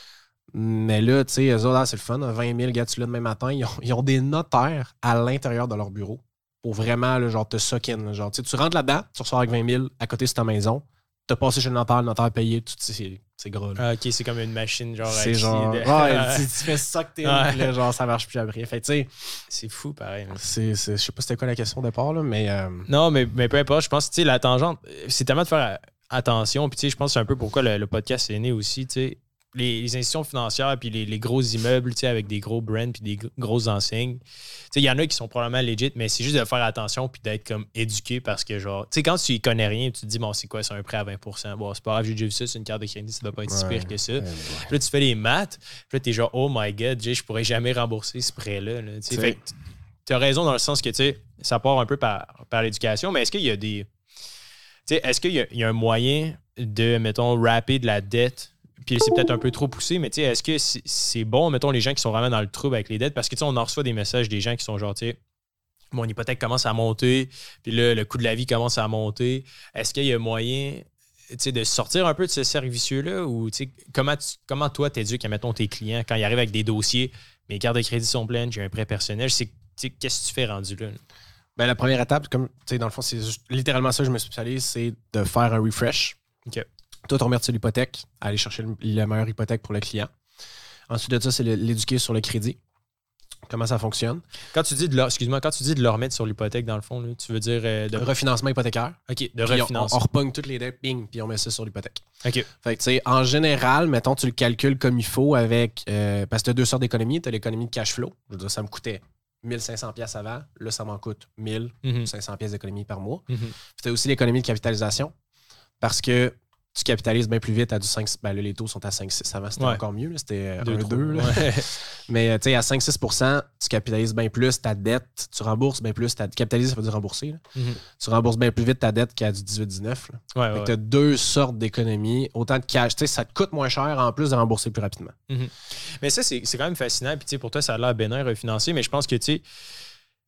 Mais là, tu sais, eux autres, là, c'est le fun, vingt mille, gars, tu l'as demain matin, ils ont, ils ont des notaires à l'intérieur de leur bureau pour vraiment, là, genre, te suck in. Là, genre, tu rentres là-dedans, tu ressors avec vingt mille à côté de ta maison, t'as passé chez le notaire, le notaire payé, tout, c'est, c'est gros. Là. Ah, ok, c'est comme une machine, genre. C'est genre. De... Ouais, tu, tu fais ça que t'es ouais. là, genre, ça marche plus après. Fait tu sais. C'est fou, pareil. C'est, c'est, je sais pas c'était quoi la question au départ, là, mais. Euh... Non, mais, mais peu importe, je pense que, tu sais, la tangente, c'est tellement de faire attention. Puis, tu sais, je pense que c'est un peu pourquoi le, le podcast est né aussi, tu sais. Les, les institutions financières puis les, les gros immeubles avec des gros brands puis des grosses enseignes. Il y en a qui sont probablement legit, mais c'est juste de faire attention puis d'être comme éduqué parce que genre, tu sais, quand tu y connais rien, tu te dis, bon, c'est quoi, c'est un prêt à vingt pour cent. Bon, c'est pas grave, j'ai déjà vu ça, c'est une carte de crédit, ça doit pas être si pire que ça. Ouais, ouais. Puis là, tu fais les maths, puis là, t'es genre, oh my god, je pourrais jamais rembourser ce prêt-là. Là, fait que t'as raison dans le sens que, tu sais, ça part un peu par, par l'éducation, mais est-ce qu'il y a des. Tu sais, est-ce qu'il y a, il y a un moyen de, mettons, rapper de la dette? Puis c'est peut-être un peu trop poussé, mais tu sais, est-ce que c'est, c'est bon, mettons, les gens qui sont vraiment dans le trouble avec les dettes? Parce que tu sais, on en reçoit des messages des gens qui sont genre, tu sais, mon hypothèque commence à monter, puis là, le coût de la vie commence à monter. Est-ce qu'il y a moyen, tu sais, de sortir un peu de ce cercle vicieux-là? Ou, tu sais, comment, tu, comment toi, t'éduques, mettons, tes clients quand ils arrivent avec des dossiers, mes cartes de crédit sont pleines, j'ai un prêt personnel, c'est, tu sais, qu'est-ce que tu fais rendu là? Ben, la première étape, comme, tu sais, dans le fond, c'est juste, littéralement ça, je me spécialise, c'est de faire un refresh. OK. Toi, ton remettre sur l'hypothèque, aller chercher le, la meilleure hypothèque pour le client. Ensuite de ça, c'est le, l'éduquer sur le crédit. Comment ça fonctionne. Quand tu dis de leur, excuse-moi, quand tu dis de le remettre sur l'hypothèque, dans le fond, là, tu veux dire euh, de... refinancement hypothécaire. OK, de refinancement. On, on repogne toutes les dettes, bing, puis on met ça sur l'hypothèque. OK. Fait que, tu sais, en général, mettons, tu le calcules comme il faut avec... Euh, parce que tu as deux sortes d'économies. Tu as l'économie de cash flow. Je veux dire, ça me coûtait mille cinq cents dollars avant. Là, ça m'en coûte mille cinq cents dollars d'économie par mois. Mm-hmm. Tu as aussi l'économie de capitalisation. Parce que tu capitalises bien plus vite à du cinq six. Ben là, les taux sont à cinq six. Avant, c'était ouais. encore mieux. Là. C'était un deux. Ouais. Mais tu sais, à cinq six pour cent, tu capitalises bien plus ta dette. Tu rembourses bien plus ta dette. Capitaliser, ça veut dire rembourser. Là. Mm-hmm. Tu rembourses bien plus vite ta dette qu'à du dix-huit dix-neuf. Ouais, ouais, tu as deux sortes d'économies. Autant de cash. Tu sais, ça te coûte moins cher en plus de rembourser plus rapidement. Mm-hmm. Mais ça, c'est, c'est quand même fascinant. Puis tu sais, pour toi, ça a l'air bénin, refinancier. Mais je pense que tu sais,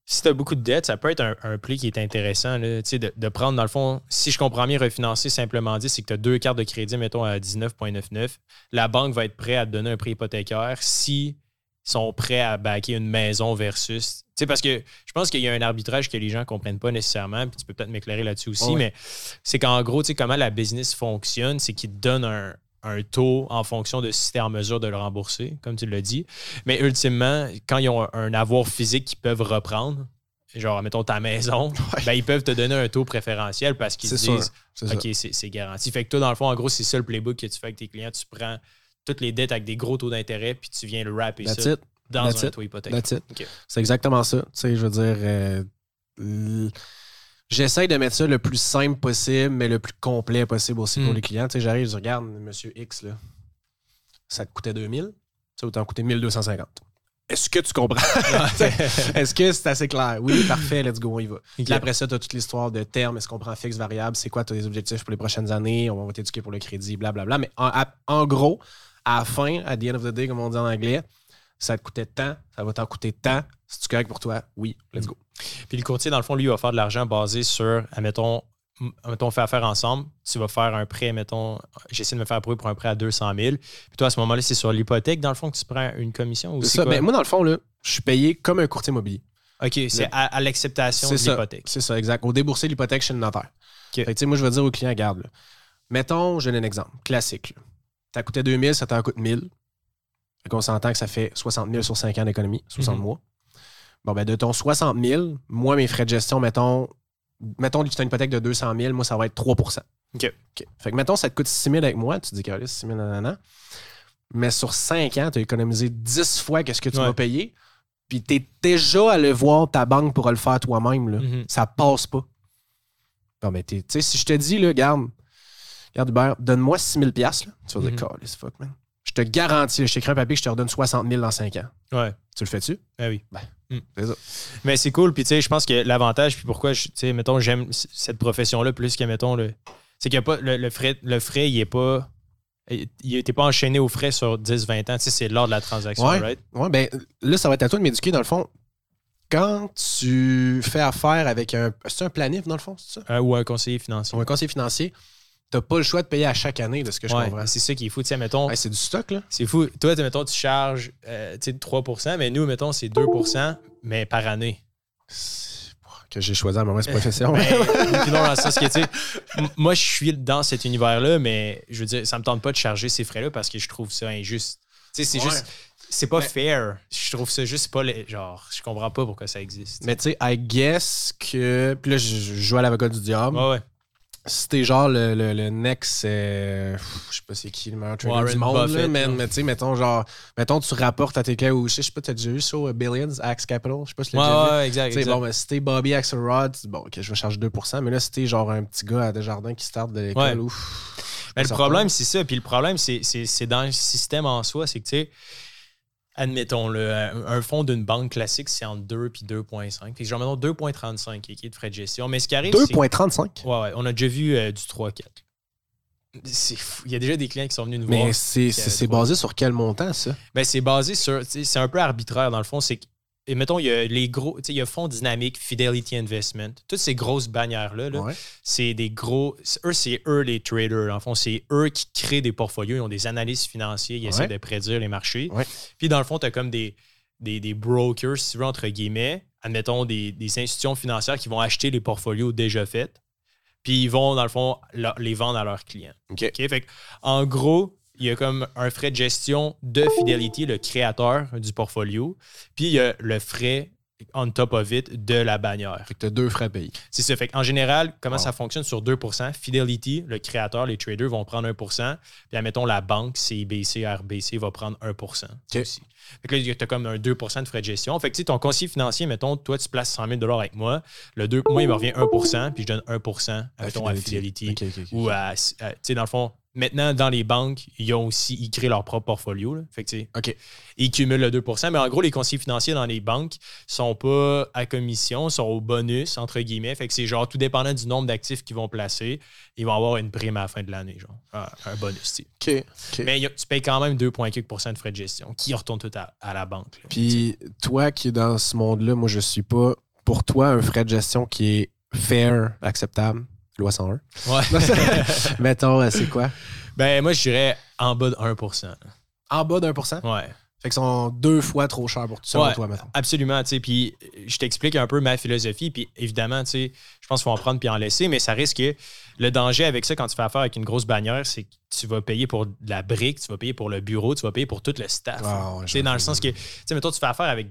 si tu as beaucoup de dettes, ça peut être un, un play qui est intéressant là, de, de prendre, dans le fond, si je comprends bien, refinancer simplement dit, c'est que tu as deux cartes de crédit, mettons, à dix-neuf virgule quatre-vingt-dix-neuf. La banque va être prête à te donner un prêt hypothécaire si ils sont prêts à backer une maison versus. Tu sais, parce que je pense qu'il y a un arbitrage que les gens ne comprennent pas nécessairement, puis tu peux peut-être m'éclairer là-dessus aussi, ouais. mais c'est qu'en gros, tu sais, comment la business fonctionne, c'est qu'ils te donnent un. un taux en fonction de si tu es en mesure de le rembourser, comme tu l'as dit. Mais ultimement, quand ils ont un, un avoir physique qu'ils peuvent reprendre, genre, mettons, ta maison, ouais. ben, ils peuvent te donner un taux préférentiel parce qu'ils se disent « OK, c'est, c'est garanti ». Fait que toi, dans le fond, en gros, c'est ça le playbook que tu fais avec tes clients. Tu prends toutes les dettes avec des gros taux d'intérêt puis tu viens le wrapper That's ça it. dans That's un it. taux hypothécaire. That's it. Okay. C'est exactement ça. Tu sais, je veux dire... Euh, l- J'essaie de mettre ça le plus simple possible, mais le plus complet possible aussi mm. pour les clients. Tu sais, j'arrive, je regarde, monsieur X, là, ça te coûtait deux mille, ça va t'en coûter mille deux cent cinquante. Est-ce que tu comprends? Est-ce que c'est assez clair? Oui, parfait, let's go, on y va. Okay. Puis après ça, tu as toute l'histoire de termes, est-ce qu'on prend fixe, variable, c'est quoi tes objectifs pour les prochaines années, on va t'éduquer pour le crédit, blablabla. Mais en, à, en gros, à la fin, at the end of the day, comme on dit en anglais, ça te coûtait tant, ça va t'en coûter tant. C'est-tu correct pour toi? Oui, let's go. Puis le courtier, dans le fond, lui, il va faire de l'argent basé sur, admettons, mettons, on fait affaire ensemble, tu vas faire un prêt, mettons, j'essaie de me faire approuver pour un prêt à deux cent mille. Puis toi, à ce moment-là, c'est sur l'hypothèque, dans le fond, que tu prends une commission ou c'est, c'est ça? Ben, moi, dans le fond, là, je suis payé comme un courtier immobilier. OK, c'est le... à, à l'acceptation c'est de ça, l'hypothèque. C'est ça, exact. Au débourser l'hypothèque chez le notaire. Okay. Fait que, moi, je vais dire au client, regarde, là, mettons, je donne un exemple, classique. Là. Ça coûtait deux mille, ça t'en coûte mille. Fait qu'on s'entend que ça fait soixante mille sur cinq ans d'économie, soixante mm-hmm. mois. Bon, ben, de ton soixante mille, moi, mes frais de gestion, mettons, mettons que tu as une hypothèque de deux cent mille, moi, ça va être trois pour cent. OK. OK. Fait que, mettons, ça te coûte six mille avec moi, tu te dis, Carlis, six mille, nanana. Mais sur cinq ans, tu as économisé dix fois ce que tu ouais. vas payer, puis tu es déjà allé voir ta banque pour le faire toi-même. Là. Mm-hmm. Ça passe pas. Bon, ben, tu sais, si je te dis, là, garde, garde Hubert, donne-moi six mille dollars, là, tu vas mm-hmm. dire, Carlis, fuck, man. Je te garantis, je t'écris un papier que je te redonne soixante mille dans cinq ans. Ouais. Tu le fais-tu? Ah oui. Ben, mm. c'est ça. Mais c'est cool. Puis, tu sais, je pense que l'avantage, puis pourquoi, tu sais, mettons, j'aime cette profession-là plus que, mettons, le, c'est qu'il y a pas, le, le frais, le frais, il est pas, il n'était pas enchaîné aux frais sur dix vingt ans. Tu sais, c'est lors de la transaction, ouais. right? Ouais, ben, là, ça va être à toi de m'éduquer, dans le fond. Quand tu fais affaire avec un. C'est un planif, dans le fond, c'est ça? Euh, ou un conseiller financier. Ou un conseiller financier. T'as pas le choix de payer à chaque année, de ce que je ouais, comprends. C'est ça qui est fou. Tu sais, mettons. Ouais, c'est du stock, là. C'est fou. Toi, mettons, tu charges euh, trois pour cent, mais nous, mettons, c'est deux pour cent, mais par année. Que j'ai choisi à ma mauvaise profession. Mais, non, dans le sens que, tu sais, moi, je suis dans cet univers-là, mais je veux dire, ça me tente pas de charger ces frais-là parce que je trouve ça injuste. Tu sais, c'est ouais. juste. C'est pas mais, fair. Je trouve ça juste pas. Les, genre, je comprends pas pourquoi ça existe. Mais, tu sais, I guess que. Puis là, je, je joue à l'avocat du diable. Ouais, ouais. Si t'es genre le, le, le next, euh, je sais pas c'est qui le meilleur trader du monde, Buffett, là, mais, mais tu sais, mettons genre, mettons tu rapportes à tes clients ou je sais pas, t'as déjà vu ça au Billions, Axe Capital, je sais pas si tu l'as ouais, déjà ouais, vu. exact, exact. Bon, ben, si t'es Bobby Axelrod, bon, ok, je vais charger deux pour cent, mais là, si t'es genre un petit gars à Desjardins qui start de l'école, ouais. ouf. Mais le problème, c'est ça, puis le problème, c'est, c'est, c'est dans le système en soi, c'est que tu sais, admettons, le, un fonds d'une banque classique, c'est entre deux et deux virgule cinq. Fait que genre, mettons deux virgule trente-cinq qui est de frais de gestion. Mais ce qui arrive, deux virgule trente-cinq? C'est... Ouais, ouais. On a déjà vu euh, du trois quatre. C'est fou. Il y a déjà des clients qui sont venus nous mais voir. Mais c'est, c'est, c'est basé sur quel montant, ça? Ben, c'est basé sur... C'est un peu arbitraire, dans le fond. C'est que, et mettons, il y a les gros... Il y a Fonds Dynamique, Fidelity Investment. Toutes ces grosses bannières-là, là, ouais. c'est des gros... Eux, c'est eux les traders. En fond, c'est eux qui créent des portfolios. Ils ont des analystes financiers. Ils ouais. essaient de prédire les marchés. Ouais. Puis, dans le fond, tu as comme des... Des, des brokers, si tu veux, entre guillemets, admettons des, des institutions financières qui vont acheter les portfolios déjà faits, puis ils vont, dans le fond, la, les vendre à leurs clients. OK. Okay? Fait en gros, il y a comme un frais de gestion de Fidelity, le créateur du portfolio, puis il y a le frais on top of it de la bannière. Fait que tu as deux frais payés. C'est ça. Fait en général, comment wow. ça fonctionne sur deux pour cent? Fidelity, le créateur, les traders vont prendre un pour cent. Puis, admettons, la banque, C I B C, R B C, va prendre un pour cent okay. aussi. Fait que là, tu as comme un deux pour cent de frais de gestion. Fait que, tu sais, ton conseiller financier, mettons, toi, tu places cent mille dollars avec moi. Le deux, moi, il me revient un pour cent, puis je donne un pour cent, mettons, à Fidelity. Okay, okay, okay, ou à, à tu sais, dans le fond, maintenant, dans les banques, ils ont aussi, ils créent leur propre portfolio. Là. Fait que, tu sais, okay. ils cumulent le deux pour cent. Mais en gros, les conseillers financiers dans les banques sont pas à commission, sont au bonus, entre guillemets. Fait que c'est genre tout dépendant du nombre d'actifs qu'ils vont placer, ils vont avoir une prime à la fin de l'année, genre. Un, un bonus, tu sais. Okay, okay. Mais y a, tu payes quand même deux virgule cinq pour cent de frais de gestion qui retournent tout à, à la banque. Là, puis toi qui es dans ce monde-là, moi je suis pas. pour toi, un frais de gestion qui est fair, acceptable? Loi cent un. Ouais. Mettons, c'est quoi? Ben, moi, je dirais en bas de un pour cent. En bas d'un pour cent? Ouais. Fait qu'ils sont deux fois trop chers pour tout ça, ouais, toi, mettons. Absolument, tu sais. Puis je t'explique un peu ma philosophie. Puis évidemment, tu sais, je pense qu'il faut en prendre puis en laisser, mais ça risque que le danger avec ça, quand tu fais affaire avec une grosse bannière, c'est que tu vas payer pour de la brique, tu vas payer pour le bureau, tu vas payer pour tout le staff. Ah, ouais, tu sais, dans le sens que, tu sais, mettons, tu fais affaire avec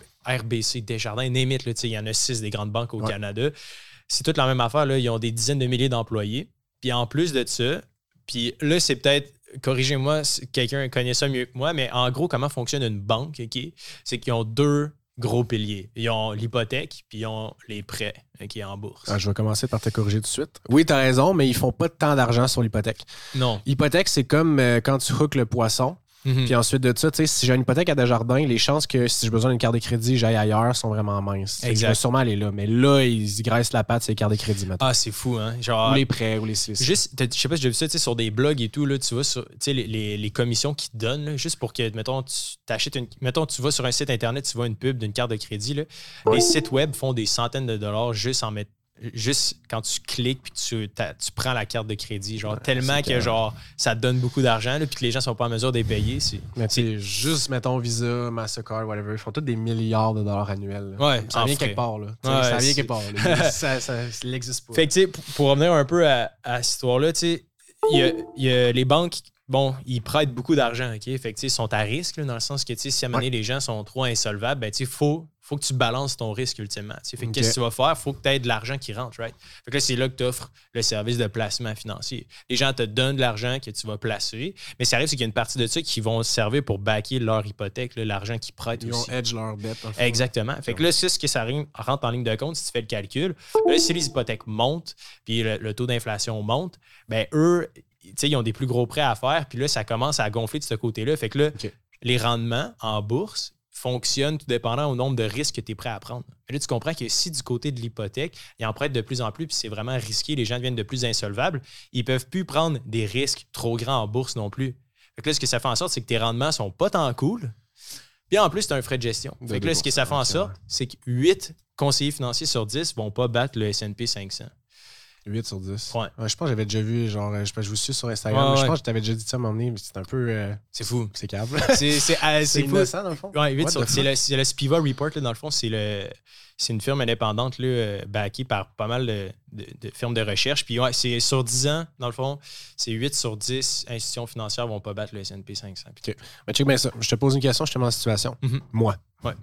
R B C, Desjardins, name it, là, tu sais, il y en a six des grandes banques au ouais. Canada. C'est toute la même affaire, là. Ils ont des dizaines de milliers d'employés. Puis en plus de ça, puis là, c'est peut-être, corrigez-moi si quelqu'un connaît ça mieux que moi, mais en gros, comment fonctionne une banque, OK? C'est qu'ils ont deux gros piliers. Ils ont l'hypothèque, puis ils ont les prêts, OK, en bourse. Ah, je vais commencer par te corriger tout de suite. Oui, tu as raison, mais ils font pas tant d'argent sur l'hypothèque. Non. Hypothèque, c'est comme euh, quand tu hookes le poisson. Mm-hmm. Puis ensuite de ça, tu sais, si j'ai une hypothèque à Desjardins, les chances que si j'ai besoin d'une carte de crédit, j'aille ailleurs sont vraiment minces. Exact. Je vais sûrement aller là. Mais là, ils graissent la patte sur les cartes de crédit maintenant. Ah, c'est fou, hein? Genre, ou les prêts, ou les C C. Juste, je sais pas si j'ai vu ça, tu sais, sur des blogs et tout, là, tu vois, sur, tu sais, les, les, les commissions qu'ils te donnent, là, juste pour que, mettons, tu t'achètes une. Mettons, tu vas sur un site internet, tu vois une pub d'une carte de crédit, là. Ouais. Les sites web font des centaines de dollars juste en mettant. Juste quand tu cliques puis tu, tu prends la carte de crédit, genre ouais, tellement que genre ça te donne beaucoup d'argent puis que les gens sont pas en mesure de les payer. C'est, mais tu sais, juste mettons Visa, Mastercard, whatever, ils font tous des milliards de dollars annuels. Là. Ouais, ça vient quelque part là. Ouais, ça vient quelque part. Là. ça, ça, ça n'existe pas. Fait que tu sais, pour, pour revenir un peu à, à cette histoire-là, tu sais, il y a, y a les banques. Bon, ils prêtent beaucoup d'argent, OK? Fait que, ils sont à risque, là, dans le sens que, si à un moment donné, ouais. les gens sont trop insolvables, ben, il faut, faut que tu balances ton risque, ultimement. T'sais. Fait que, okay. qu'est-ce que tu vas faire? Il faut que tu aies de l'argent qui rentre, right? Fait que là, c'est là que tu offres le service de placement financier. Les gens te donnent de l'argent que tu vas placer, mais ça arrive, c'est qu'il y a une partie de ça qui vont servir pour backer leur hypothèque, là, l'argent qu'ils prêtent ils aussi. Ils vont edge leur dette. Exactement. Fait que là, c'est ce que ça rentre en ligne de compte si tu fais le calcul. Là, si les hypothèques montent, puis le, le taux d'inflation monte, ben eux, t'sais, ils ont des plus gros prêts à faire, puis là, ça commence à gonfler de ce côté-là. Fait que là, okay. les rendements en bourse fonctionnent tout dépendant au nombre de risques que tu es prêt à prendre. Mais là, tu comprends que si du côté de l'hypothèque, ils en prêtent de plus en plus, puis c'est vraiment risqué, les gens deviennent de plus insolvables, ils ne peuvent plus prendre des risques trop grands en bourse non plus. Fait que là, ce que ça fait en sorte, c'est que tes rendements sont pas tant cool. Puis en plus, tu as un frais de gestion. Fait que là, ce que ça fait en sorte, c'est que huit conseillers financiers sur dix ne vont pas battre le S and P cinq cents. huit sur dix. Ouais. Ouais, je pense que j'avais déjà vu, genre, je, je vous suis sur Instagram, ouais, mais je ouais. pense que je t'avais déjà dit ça à un moment donné, mais c'est un peu. Euh, c'est fou. C'est câble. C'est, c'est, euh, c'est, c'est innocent, dans le fond. Ouais, huit sur, c'est, le, c'est le Spiva Report, là, dans le fond, c'est, le, c'est une firme indépendante, là, euh, backée par pas mal de, de, de firmes de recherche. Puis, ouais, c'est sur dix ans, dans le fond, c'est huit sur dix institutions financières vont pas battre le S and P cinq cents. OK. Mais check bien ça. Je te pose une question, je te mets en situation. Mm-hmm. Moi. Ouais.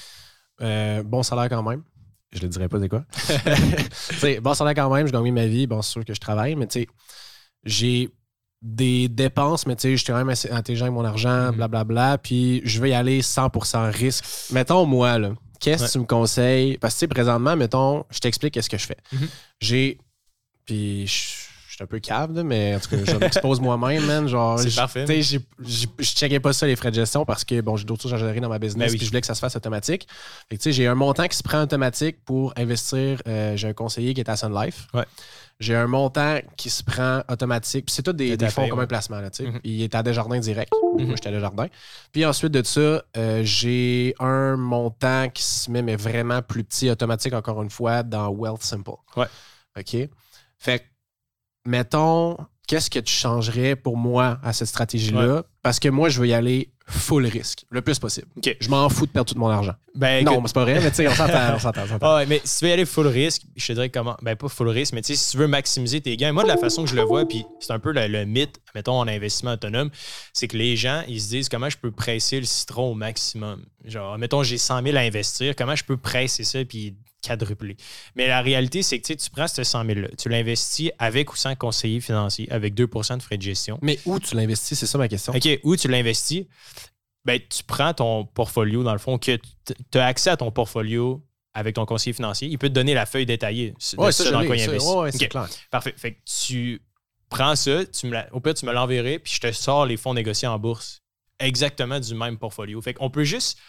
Euh, bon salaire quand même. Je le dirais pas, c'est quoi. T'sais, bon salaire quand même, je gagne ma vie. Bon, c'est sûr que je travaille, mais tu sais, j'ai des dépenses, mais tu sais, je suis quand même assez intelligent avec mon argent, blablabla, bla, bla, puis je vais y aller cent pour cent risque. Mettons, moi, là, qu'est-ce ouais. que tu me conseilles? Parce que, tu sais, présentement, mettons, je t'explique qu'est-ce que je fais. Mm-hmm. J'ai, puis je Je suis un peu cave, là, mais en tout cas, je m'expose moi-même, man. Genre, c'est parfait. Tu sais, je checkais pas ça, les frais de gestion, parce que bon, j'ai d'autres choses à gérer dans ma business, oui. puis je voulais que ça se fasse automatique. Fait que, tu sais, j'ai un montant qui se prend automatique pour investir. Euh, j'ai un conseiller qui est à Sun Life. Ouais. J'ai un montant qui se prend automatique. Puis c'est tout des, des fonds comme un placement, là, tu sais. Mm-hmm. Il est à Desjardins direct. Mm-hmm. Moi, j'étais à Desjardins. Puis ensuite de ça, euh, j'ai un montant qui se met, mais vraiment plus petit, automatique, encore une fois, dans Wealth Simple. Ouais. OK? Fait que mettons, qu'est-ce que tu changerais pour moi à cette stratégie-là? Ouais. Parce que moi, je veux y aller full risque, le plus possible. Okay. Je m'en fous de perdre tout mon argent. Ben, non, que... c'est pas vrai, mais tu sais, on s'entend, on s'entend, on s'entend. Ah ouais, mais si tu veux y aller full risque, je te dirais comment... Ben, pas full risque, mais tu sais, si tu veux maximiser tes gains, moi, de la façon que je le vois, puis c'est un peu le, le mythe, mettons, en investissement autonome, c'est que les gens, ils se disent comment je peux presser le citron au maximum. Genre, mettons, j'ai cent mille à investir, comment je peux presser ça, puis quadrupler. Mais la réalité, c'est que tu prends ce cent mille-là, tu l'investis avec ou sans conseiller financier, avec deux pour cent de frais de gestion. Mais où tu l'investis, c'est ça ma question. OK, où tu l'investis? Ben, tu prends ton portfolio, dans le fond, que tu as accès à ton portfolio avec ton conseiller financier. Il peut te donner la feuille détaillée de ouais, ça, ça dans l'ai, quoi il ça, investit. ouais, c'est okay. clair. Parfait. Fait que tu prends ça, tu me la, au pire, tu me l'enverrais, puis je te sors les fonds négociés en bourse exactement du même portfolio. Fait qu'on peut juste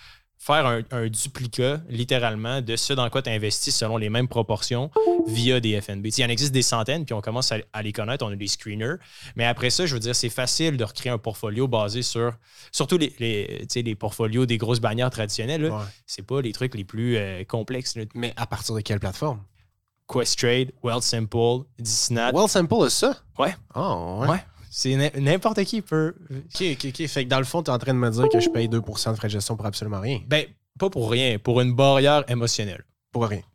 faire un, un duplicat, littéralement, de ce dans quoi tu investis selon les mêmes proportions via des F N B. T'sais, il en existe des centaines, puis on commence à, à les connaître, on a des screeners. Mais après ça, je veux dire, c'est facile de recréer un portfolio basé sur, surtout les, les, les portfolios des grosses bannières traditionnelles. Là, ouais. C'est pas les trucs les plus euh, complexes. Là. Mais à partir de quelle plateforme? Questrade, Wealthsimple, Disnat. Wealthsimple, c'est ça? Ouais. Oh, ouais. ouais. C'est n'importe qui peut. OK, OK, OK. Fait que dans le fond, tu es en train de me dire que je paye deux pour cent de frais de gestion pour absolument rien. Ben, pas pour rien, pour une barrière émotionnelle. Pour rien.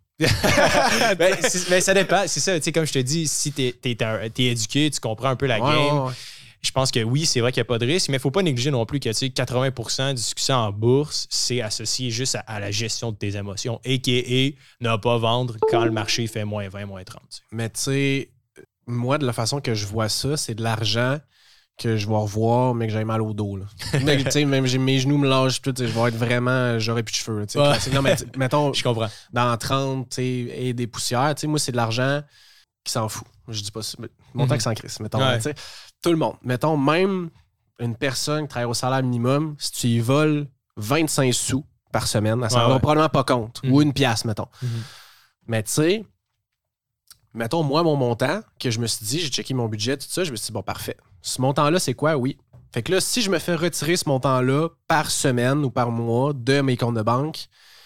ben, ben, ça dépend. C'est ça, tu sais, comme je te dis, si tu es éduqué, tu comprends un peu la ouais, game. Ouais, ouais. Je pense que oui, c'est vrai qu'il n'y a pas de risque, mais il ne faut pas négliger non plus que tu sais, quatre-vingts pour cent du succès en bourse, c'est associé juste à, à la gestion de tes émotions, a k a ne pas vendre quand le marché fait moins vingt, moins trente. T'sais. Mais tu sais, moi, de la façon que je vois ça, c'est de l'argent que je vais revoir, mais que j'ai mal au dos. Là. Mais, même mes genoux me lâchent tout, je vais être vraiment, j'aurais plus de cheveux. Là, ouais. Non, mais mettons, je comprends. Dans trente et des poussières, moi, c'est de l'argent qui s'en fout. Je dis pas ça. Mon temps mm-hmm. qui s'en crisse, mettons. Ouais. Là, tout le monde. Mettons, même une personne qui travaille au salaire minimum, si tu y voles vingt-cinq sous par semaine, elle s'en rendra ouais, ouais. probablement pas compte. Mm-hmm. Ou une pièce, mettons. Mm-hmm. Mais tu sais, mettons, moi, mon montant, que je me suis dit, j'ai checké mon budget, tout ça, je me suis dit, bon, parfait. Ce montant-là, c'est quoi? Oui. Fait que là, si je me fais retirer ce montant-là par semaine ou par mois de mes comptes de banque,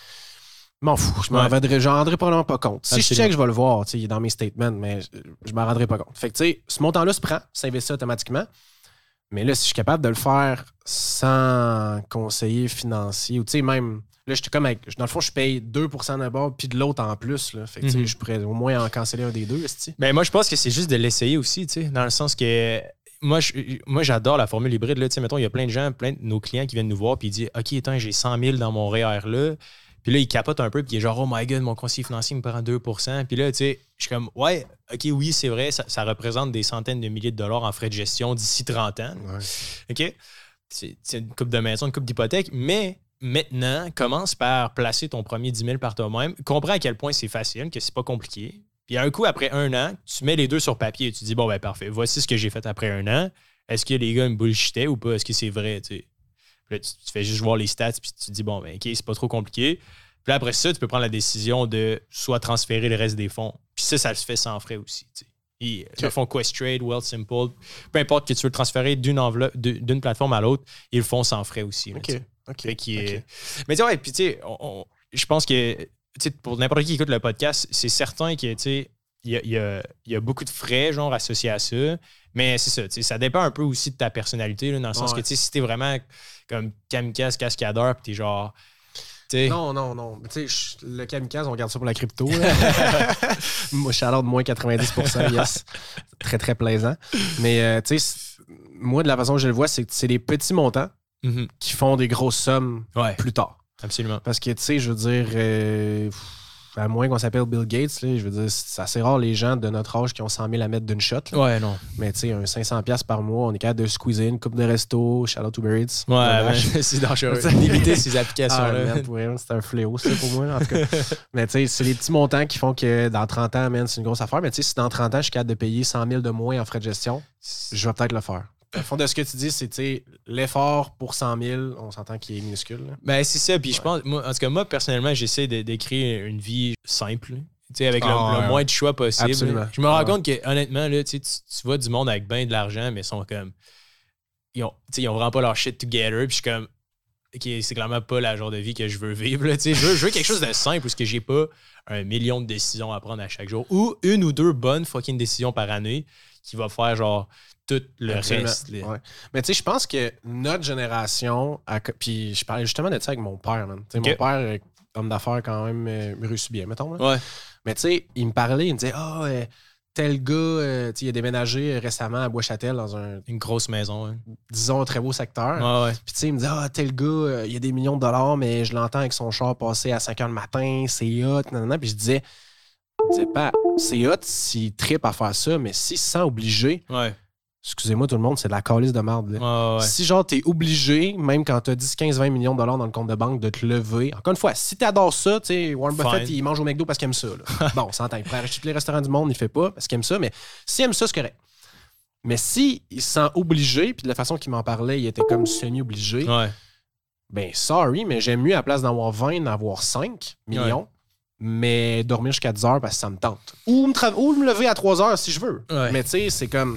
je m'en fous. Je m'en rendrai, j'en rendrai probablement pas compte. Si Absolument. je check, je vais le voir, il est dans mes statements, mais je, je m'en rendrai pas compte. Fait que, tu sais, ce montant-là se prend, s'investit automatiquement. Mais là, si je suis capable de le faire sans conseiller financier, ou tu sais, même... Là, j'étais comme avec, dans le fond, je paye deux pour cent d'abord puis de l'autre en plus. Là. Fait que, mm-hmm. je pourrais au moins en canceller un des deux. Ben, moi, je pense que c'est juste de l'essayer aussi, dans le sens que moi, je, moi j'adore la formule hybride. Là. Mettons, il y a plein de gens, plein de nos clients qui viennent nous voir puis ils disent « OK, attends, j'ai cent mille dans mon R E E R là. » Puis là, ils capotent un peu puis ils sont genre « Oh my God, mon conseiller financier me prend deux pour cent. » Puis là, tu sais, je suis comme « Ouais, OK, oui, c'est vrai, ça, ça représente des centaines de milliers de dollars en frais de gestion d'ici trente ans. Ouais. » OK? C'est, c'est une coupe de maison, une coupe d'hypothèque, mais... Maintenant, commence par placer ton premier dix mille par toi-même. Comprends à quel point c'est facile, que c'est pas compliqué. Puis un coup, après un an, tu mets les deux sur papier et tu dis, bon, ben parfait, voici ce que j'ai fait après un an. Est-ce que les gars me bullshitaient ou pas? Est-ce que c'est vrai? Tu sais? Puis là, tu, tu fais juste voir les stats puis tu te dis, bon, ben OK, c'est pas trop compliqué. Puis là, après ça, tu peux prendre la décision de soit transférer le reste des fonds. Puis ça, ça se fait sans frais aussi. Tu sais. Et, okay. Le fonds Questrade, Wealthsimple, peu importe que tu veux le transférer d'une enveloppe, d'une plateforme à l'autre, ils le font sans frais aussi. Là, OK. OK. okay. Est... Mais tu sais, ouais, puis tu sais, je pense que pour n'importe qui qui écoute le podcast, c'est certain que tu sais, il y a, y, a, y a beaucoup de frais genre associés à ça. Mais c'est ça, tu sais, ça dépend un peu aussi de ta personnalité, là, dans le sens ouais. que tu sais, si t'es vraiment comme kamikaze, cascadeur, puis t'es genre. T'sais... Non, non, non. Tu sais, le kamikaze, on garde ça pour la crypto. Moi, chaleur de moins quatre-vingt-dix pour cent, yes. Très, très plaisant. Mais euh, tu sais, moi, de la façon que je le vois, c'est que c'est des petits montants. Mm-hmm. Qui font des grosses sommes ouais. plus tard. Absolument. Parce que, tu sais, je veux dire, euh, à moins qu'on s'appelle Bill Gates, là, je veux dire, c'est assez rare les gens de notre âge qui ont cent mille à mettre d'une shot. Là. Ouais, non. Mais, tu sais, un cinq cents dollars par mois, on est capable de squeezer une coupe de resto, shout out to Birds. Ouais, ben, c'est dangereux. D'éviter ces applications-là. Ah, man, c'est un fléau, ça, pour moi, là, en tout cas. Mais, tu sais, c'est les petits montants qui font que dans trente ans, man, c'est une grosse affaire. Mais, tu sais, si dans trente ans, je suis capable de payer cent mille de moins en frais de gestion, je vais peut-être le faire. Au fond de ce que tu dis, c'est l'effort pour cent mille, on s'entend qu'il est minuscule. Là. Ben, c'est ça. Puis ouais. je pense, moi, en tout cas, moi, personnellement, j'essaie de, d'écrire une vie simple, avec oh, le, ouais. le moins de choix possible. Absolument. Je me rends ouais. compte que, honnêtement, là, tu, tu vois du monde avec bien de l'argent, mais ils sont comme. Ils ont, ils ont vraiment pas leur shit together. Puis je suis comme. OK, c'est clairement pas la genre de vie que je veux vivre. Là, je, veux, je veux quelque chose de simple où ce que j'ai pas un million de décisions à prendre à chaque jour. Ou une ou deux bonnes fucking décisions par année qui va faire genre. Tout le Absolument. Reste. Ouais. Mais tu sais, je pense que notre génération, a... puis je parlais justement de ça avec mon père, man. Okay. Mon père, homme d'affaires quand même, euh, me réussit bien, mettons. Là. Ouais. Mais tu sais, il me parlait, il me disait, ah, oh, euh, tel gars, euh, il a déménagé récemment à Bois-Châtel dans un... Une grosse maison, hein. Disons, un très beau secteur. Ouais, ouais. Puis tu sais, il me dit, ah, oh, tel gars, euh, il a des millions de dollars, mais je l'entends avec son char passer à cinq heures le matin, c'est hot, nanana. Puis je disais, je disais pas, c'est hot s'il trippe à faire ça, mais s'il se sent obligé... Ouais. Excusez-moi tout le monde, c'est de la calice de merde. Là. Oh, ouais. Si genre t'es obligé, même quand t'as dix, quinze, vingt millions de dollars dans le compte de banque, de te lever. Encore une fois, si t'adores ça, tu sais, Warren Buffett, il mange au McDo parce qu'il aime ça. Là. Bon, on s'entend, il pourrait acheter tous les restaurants du monde, il fait pas parce qu'il aime ça, mais s'il aime ça, c'est correct. Mais si il se sent obligé, puis de la façon qu'il m'en parlait, il était comme semi-obligé, ouais. ben sorry, mais j'aime mieux à la place d'avoir vingt, d'avoir cinq millions, ouais. mais dormir jusqu'à dix heures parce que ça me tente. Ou me, tra- ou me lever à trois heures si je veux. Ouais. Mais tu sais, c'est comme...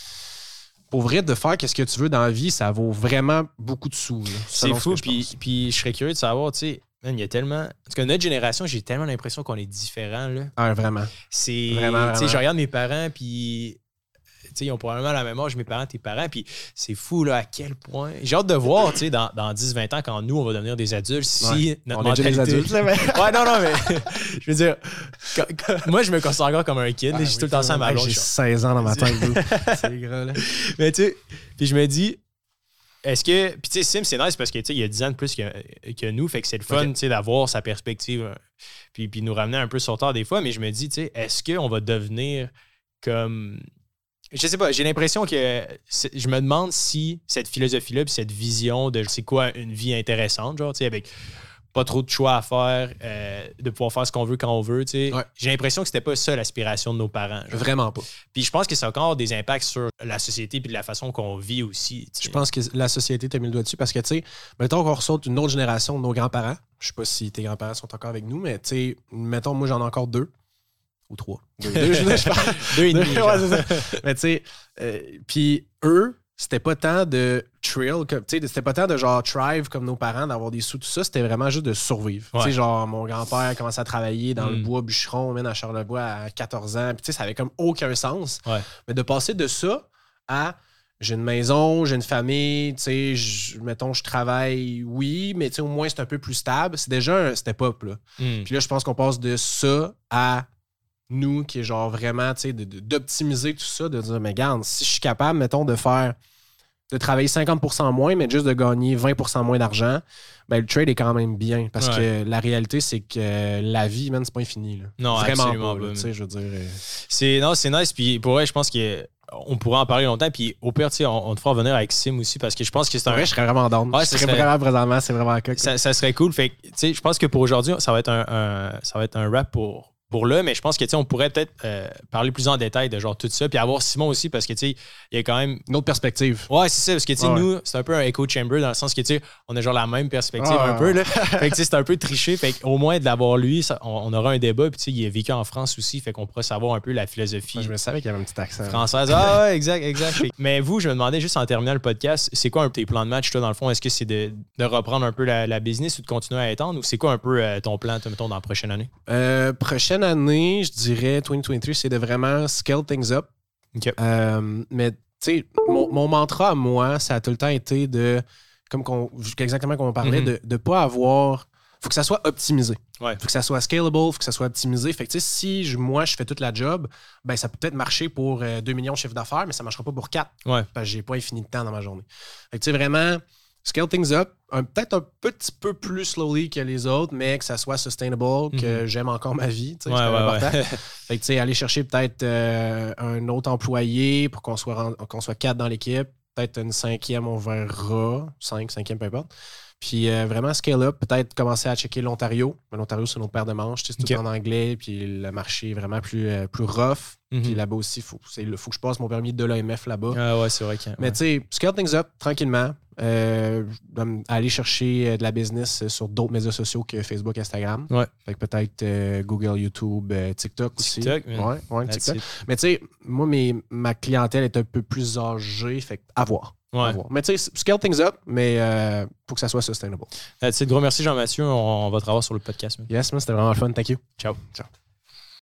Pour vrai, de faire qu'est-ce que tu veux dans la vie, ça vaut vraiment beaucoup de sous. Là, c'est fou, puis, puis je serais curieux de savoir, tu sais, il y a tellement... En tout cas, notre génération, j'ai tellement l'impression qu'on est différents, là. Ah, vraiment. C'est... Vraiment, tu sais, je regarde mes parents, puis... Tu sais, ils ont probablement la même âge, mes parents, tes parents, puis c'est fou, là, à quel point... J'ai hâte de voir, tu sais, dans, dans dix vingt ans, quand nous, on va devenir des adultes, si ouais. notre on mentalité... est déjà des adultes, là, mais... Ouais, non, non, mais... je veux dire, quand, quand... moi, je me considère encore comme un kid, ah, je suis oui, tout le temps ça à ma blonde. J'ai seize ans dans ma tête, c'est gras, là. Mais tu sais, puis je me dis... Est-ce que... Puis tu sais, Sim, c'est nice parce que, tu sais, il y a dix ans de plus que, que nous, fait que c'est le fun, okay. tu sais, d'avoir sa perspective, puis, puis nous ramener un peu sur terre des fois, mais je me dis, tu sais, est-ce qu'on va devenir comme... Je sais pas, j'ai l'impression que je me demande si cette philosophie-là puis cette vision de c'est quoi une vie intéressante, genre, tu sais, avec pas trop de choix à faire, euh, de pouvoir faire ce qu'on veut quand on veut, tu sais. Ouais. J'ai l'impression que c'était pas ça l'aspiration de nos parents. Genre. Vraiment pas. Puis je pense que ça a encore des impacts sur la société puis de la façon qu'on vit aussi. T'sais. Je pense que la société t'a mis le doigt dessus parce que, tu sais, mettons qu'on ressorte une autre génération de nos grands-parents. Je sais pas si tes grands-parents sont encore avec nous, mais tu sais, mettons, moi j'en ai encore deux. Ou trois. Deux, deux, je, je parle. Deux et demi. Ouais, c'est ça. Mais tu sais, euh, puis eux, c'était pas tant de thrill, tu sais, c'était pas tant de genre thrive comme nos parents, d'avoir des sous, tout ça, c'était vraiment juste de survivre. Ouais. Tu sais, genre, mon grand-père commençait à travailler dans mm. le bois bûcheron, même à Charlevoix à quatorze ans, puis tu sais, ça avait comme aucun sens. Ouais. Mais de passer de ça à j'ai une maison, j'ai une famille, tu sais, mettons, je travaille, oui, mais tu sais, au moins, c'est un peu plus stable. C'est déjà un step-up, là. Mm. Puis là, je pense qu'on passe de ça à nous, qui est genre vraiment, tu sais, d'optimiser tout ça, de dire, mais regarde, si je suis capable, mettons, de faire, de travailler cinquante pour cent moins, mais juste de gagner vingt pour cent moins d'argent, ben le trade est quand même bien. Parce ouais. que la réalité, c'est que la vie, man, c'est pas infini. Là. Non, vraiment absolument pas. pas. Tu sais, je veux dire. Euh... C'est, non, c'est nice. Puis pour vrai, je pense qu'on pourrait en parler longtemps. Puis au pire, tu sais, on, on te fera revenir avec Sim aussi parce que je pense que c'est un. Ouais, je serais vraiment down. Ouais, je serais vraiment présentement, c'est vraiment cool. Ça, ça serait cool. Fait tu sais, je pense que pour aujourd'hui, ça va être un, un ça va être un wrap pour. Pour là, mais je pense que tu sais, on pourrait peut-être euh, parler plus en détail de genre tout ça, puis avoir Simon aussi, parce que tu sais, il y a quand même. Une autre perspective. Ouais, c'est ça, parce que tu sais, ouais. nous, c'est un peu un echo chamber dans le sens que tu sais, on a genre la même perspective ah, un peu, là. Fait que tu sais, c'est un peu triché, fait qu'au moins de l'avoir lui, ça, on, on aura un débat, puis tu sais, il a vécu en France aussi, fait qu'on pourra savoir un peu la philosophie. Ouais, je me savais qu'il y avait un petit accent. Française. Ah ouais, exact, exact. Fait, mais vous, je me demandais juste en terminant le podcast, c'est quoi un peu tes plans de match, toi, dans le fond? Est-ce que c'est de, de reprendre un peu la, la business ou de continuer à étendre, ou c'est quoi un peu euh, ton plan, mettons, dans la prochaine année? Euh, prochaine année, je dirais vingt vingt-trois, c'est de vraiment scale things up. Okay. Euh, mais tu sais, mon, mon mantra à moi, ça a tout le temps été de, comme qu'on, exactement comme on parlait, mm-hmm. de ne pas avoir. Faut que ça soit optimisé. Ouais. Faut que ça soit scalable, faut que ça soit optimisé. Fait que tu sais, si je, moi je fais toute la job, ben ça peut peut-être marcher pour euh, deux millions de chiffre d'affaires, mais ça ne marchera pas pour quatre. Ouais. Parce que j'ai pas infini de temps dans ma journée. Fait que tu sais, vraiment. Scale things up, un, peut-être un petit peu plus slowly que les autres, mais que ça soit sustainable, que mm-hmm. j'aime encore ma vie. Ouais, c'est ouais, important. Ouais. Fait que tu sais, aller chercher peut-être euh, un autre employé pour qu'on soit, qu'on soit quatre dans l'équipe. Peut-être une cinquième, on verra. Cinq, cinquième, peu importe. Puis euh, vraiment scale up, peut-être commencer à checker l'Ontario. L'Ontario, c'est notre paire de manches. C'est okay. tout en anglais, puis le marché est vraiment plus, euh, plus rough. Mm-hmm. Puis là-bas aussi, il faut, faut que je passe mon permis de l'A M F là-bas. Ah ouais, c'est vrai. Que, Mais ouais. tu sais, scale things up tranquillement. Euh, aller chercher de la business sur d'autres médias sociaux que Facebook, Instagram. Ouais. Fait que peut-être euh, Google, YouTube, euh, TikTok aussi. TikTok, ouais, ouais, TikTok. Mais tu sais, moi, mes, ma clientèle est un peu plus âgée, fait à voir. Ouais. À voir. Mais tu sais, scale things up, mais euh, faut que ça soit sustainable. C'est gros merci Jean-Mathieu, on, on va te revoir sur le podcast. Man. Yes, man, c'était vraiment le fun. Thank you. Ciao. Ciao.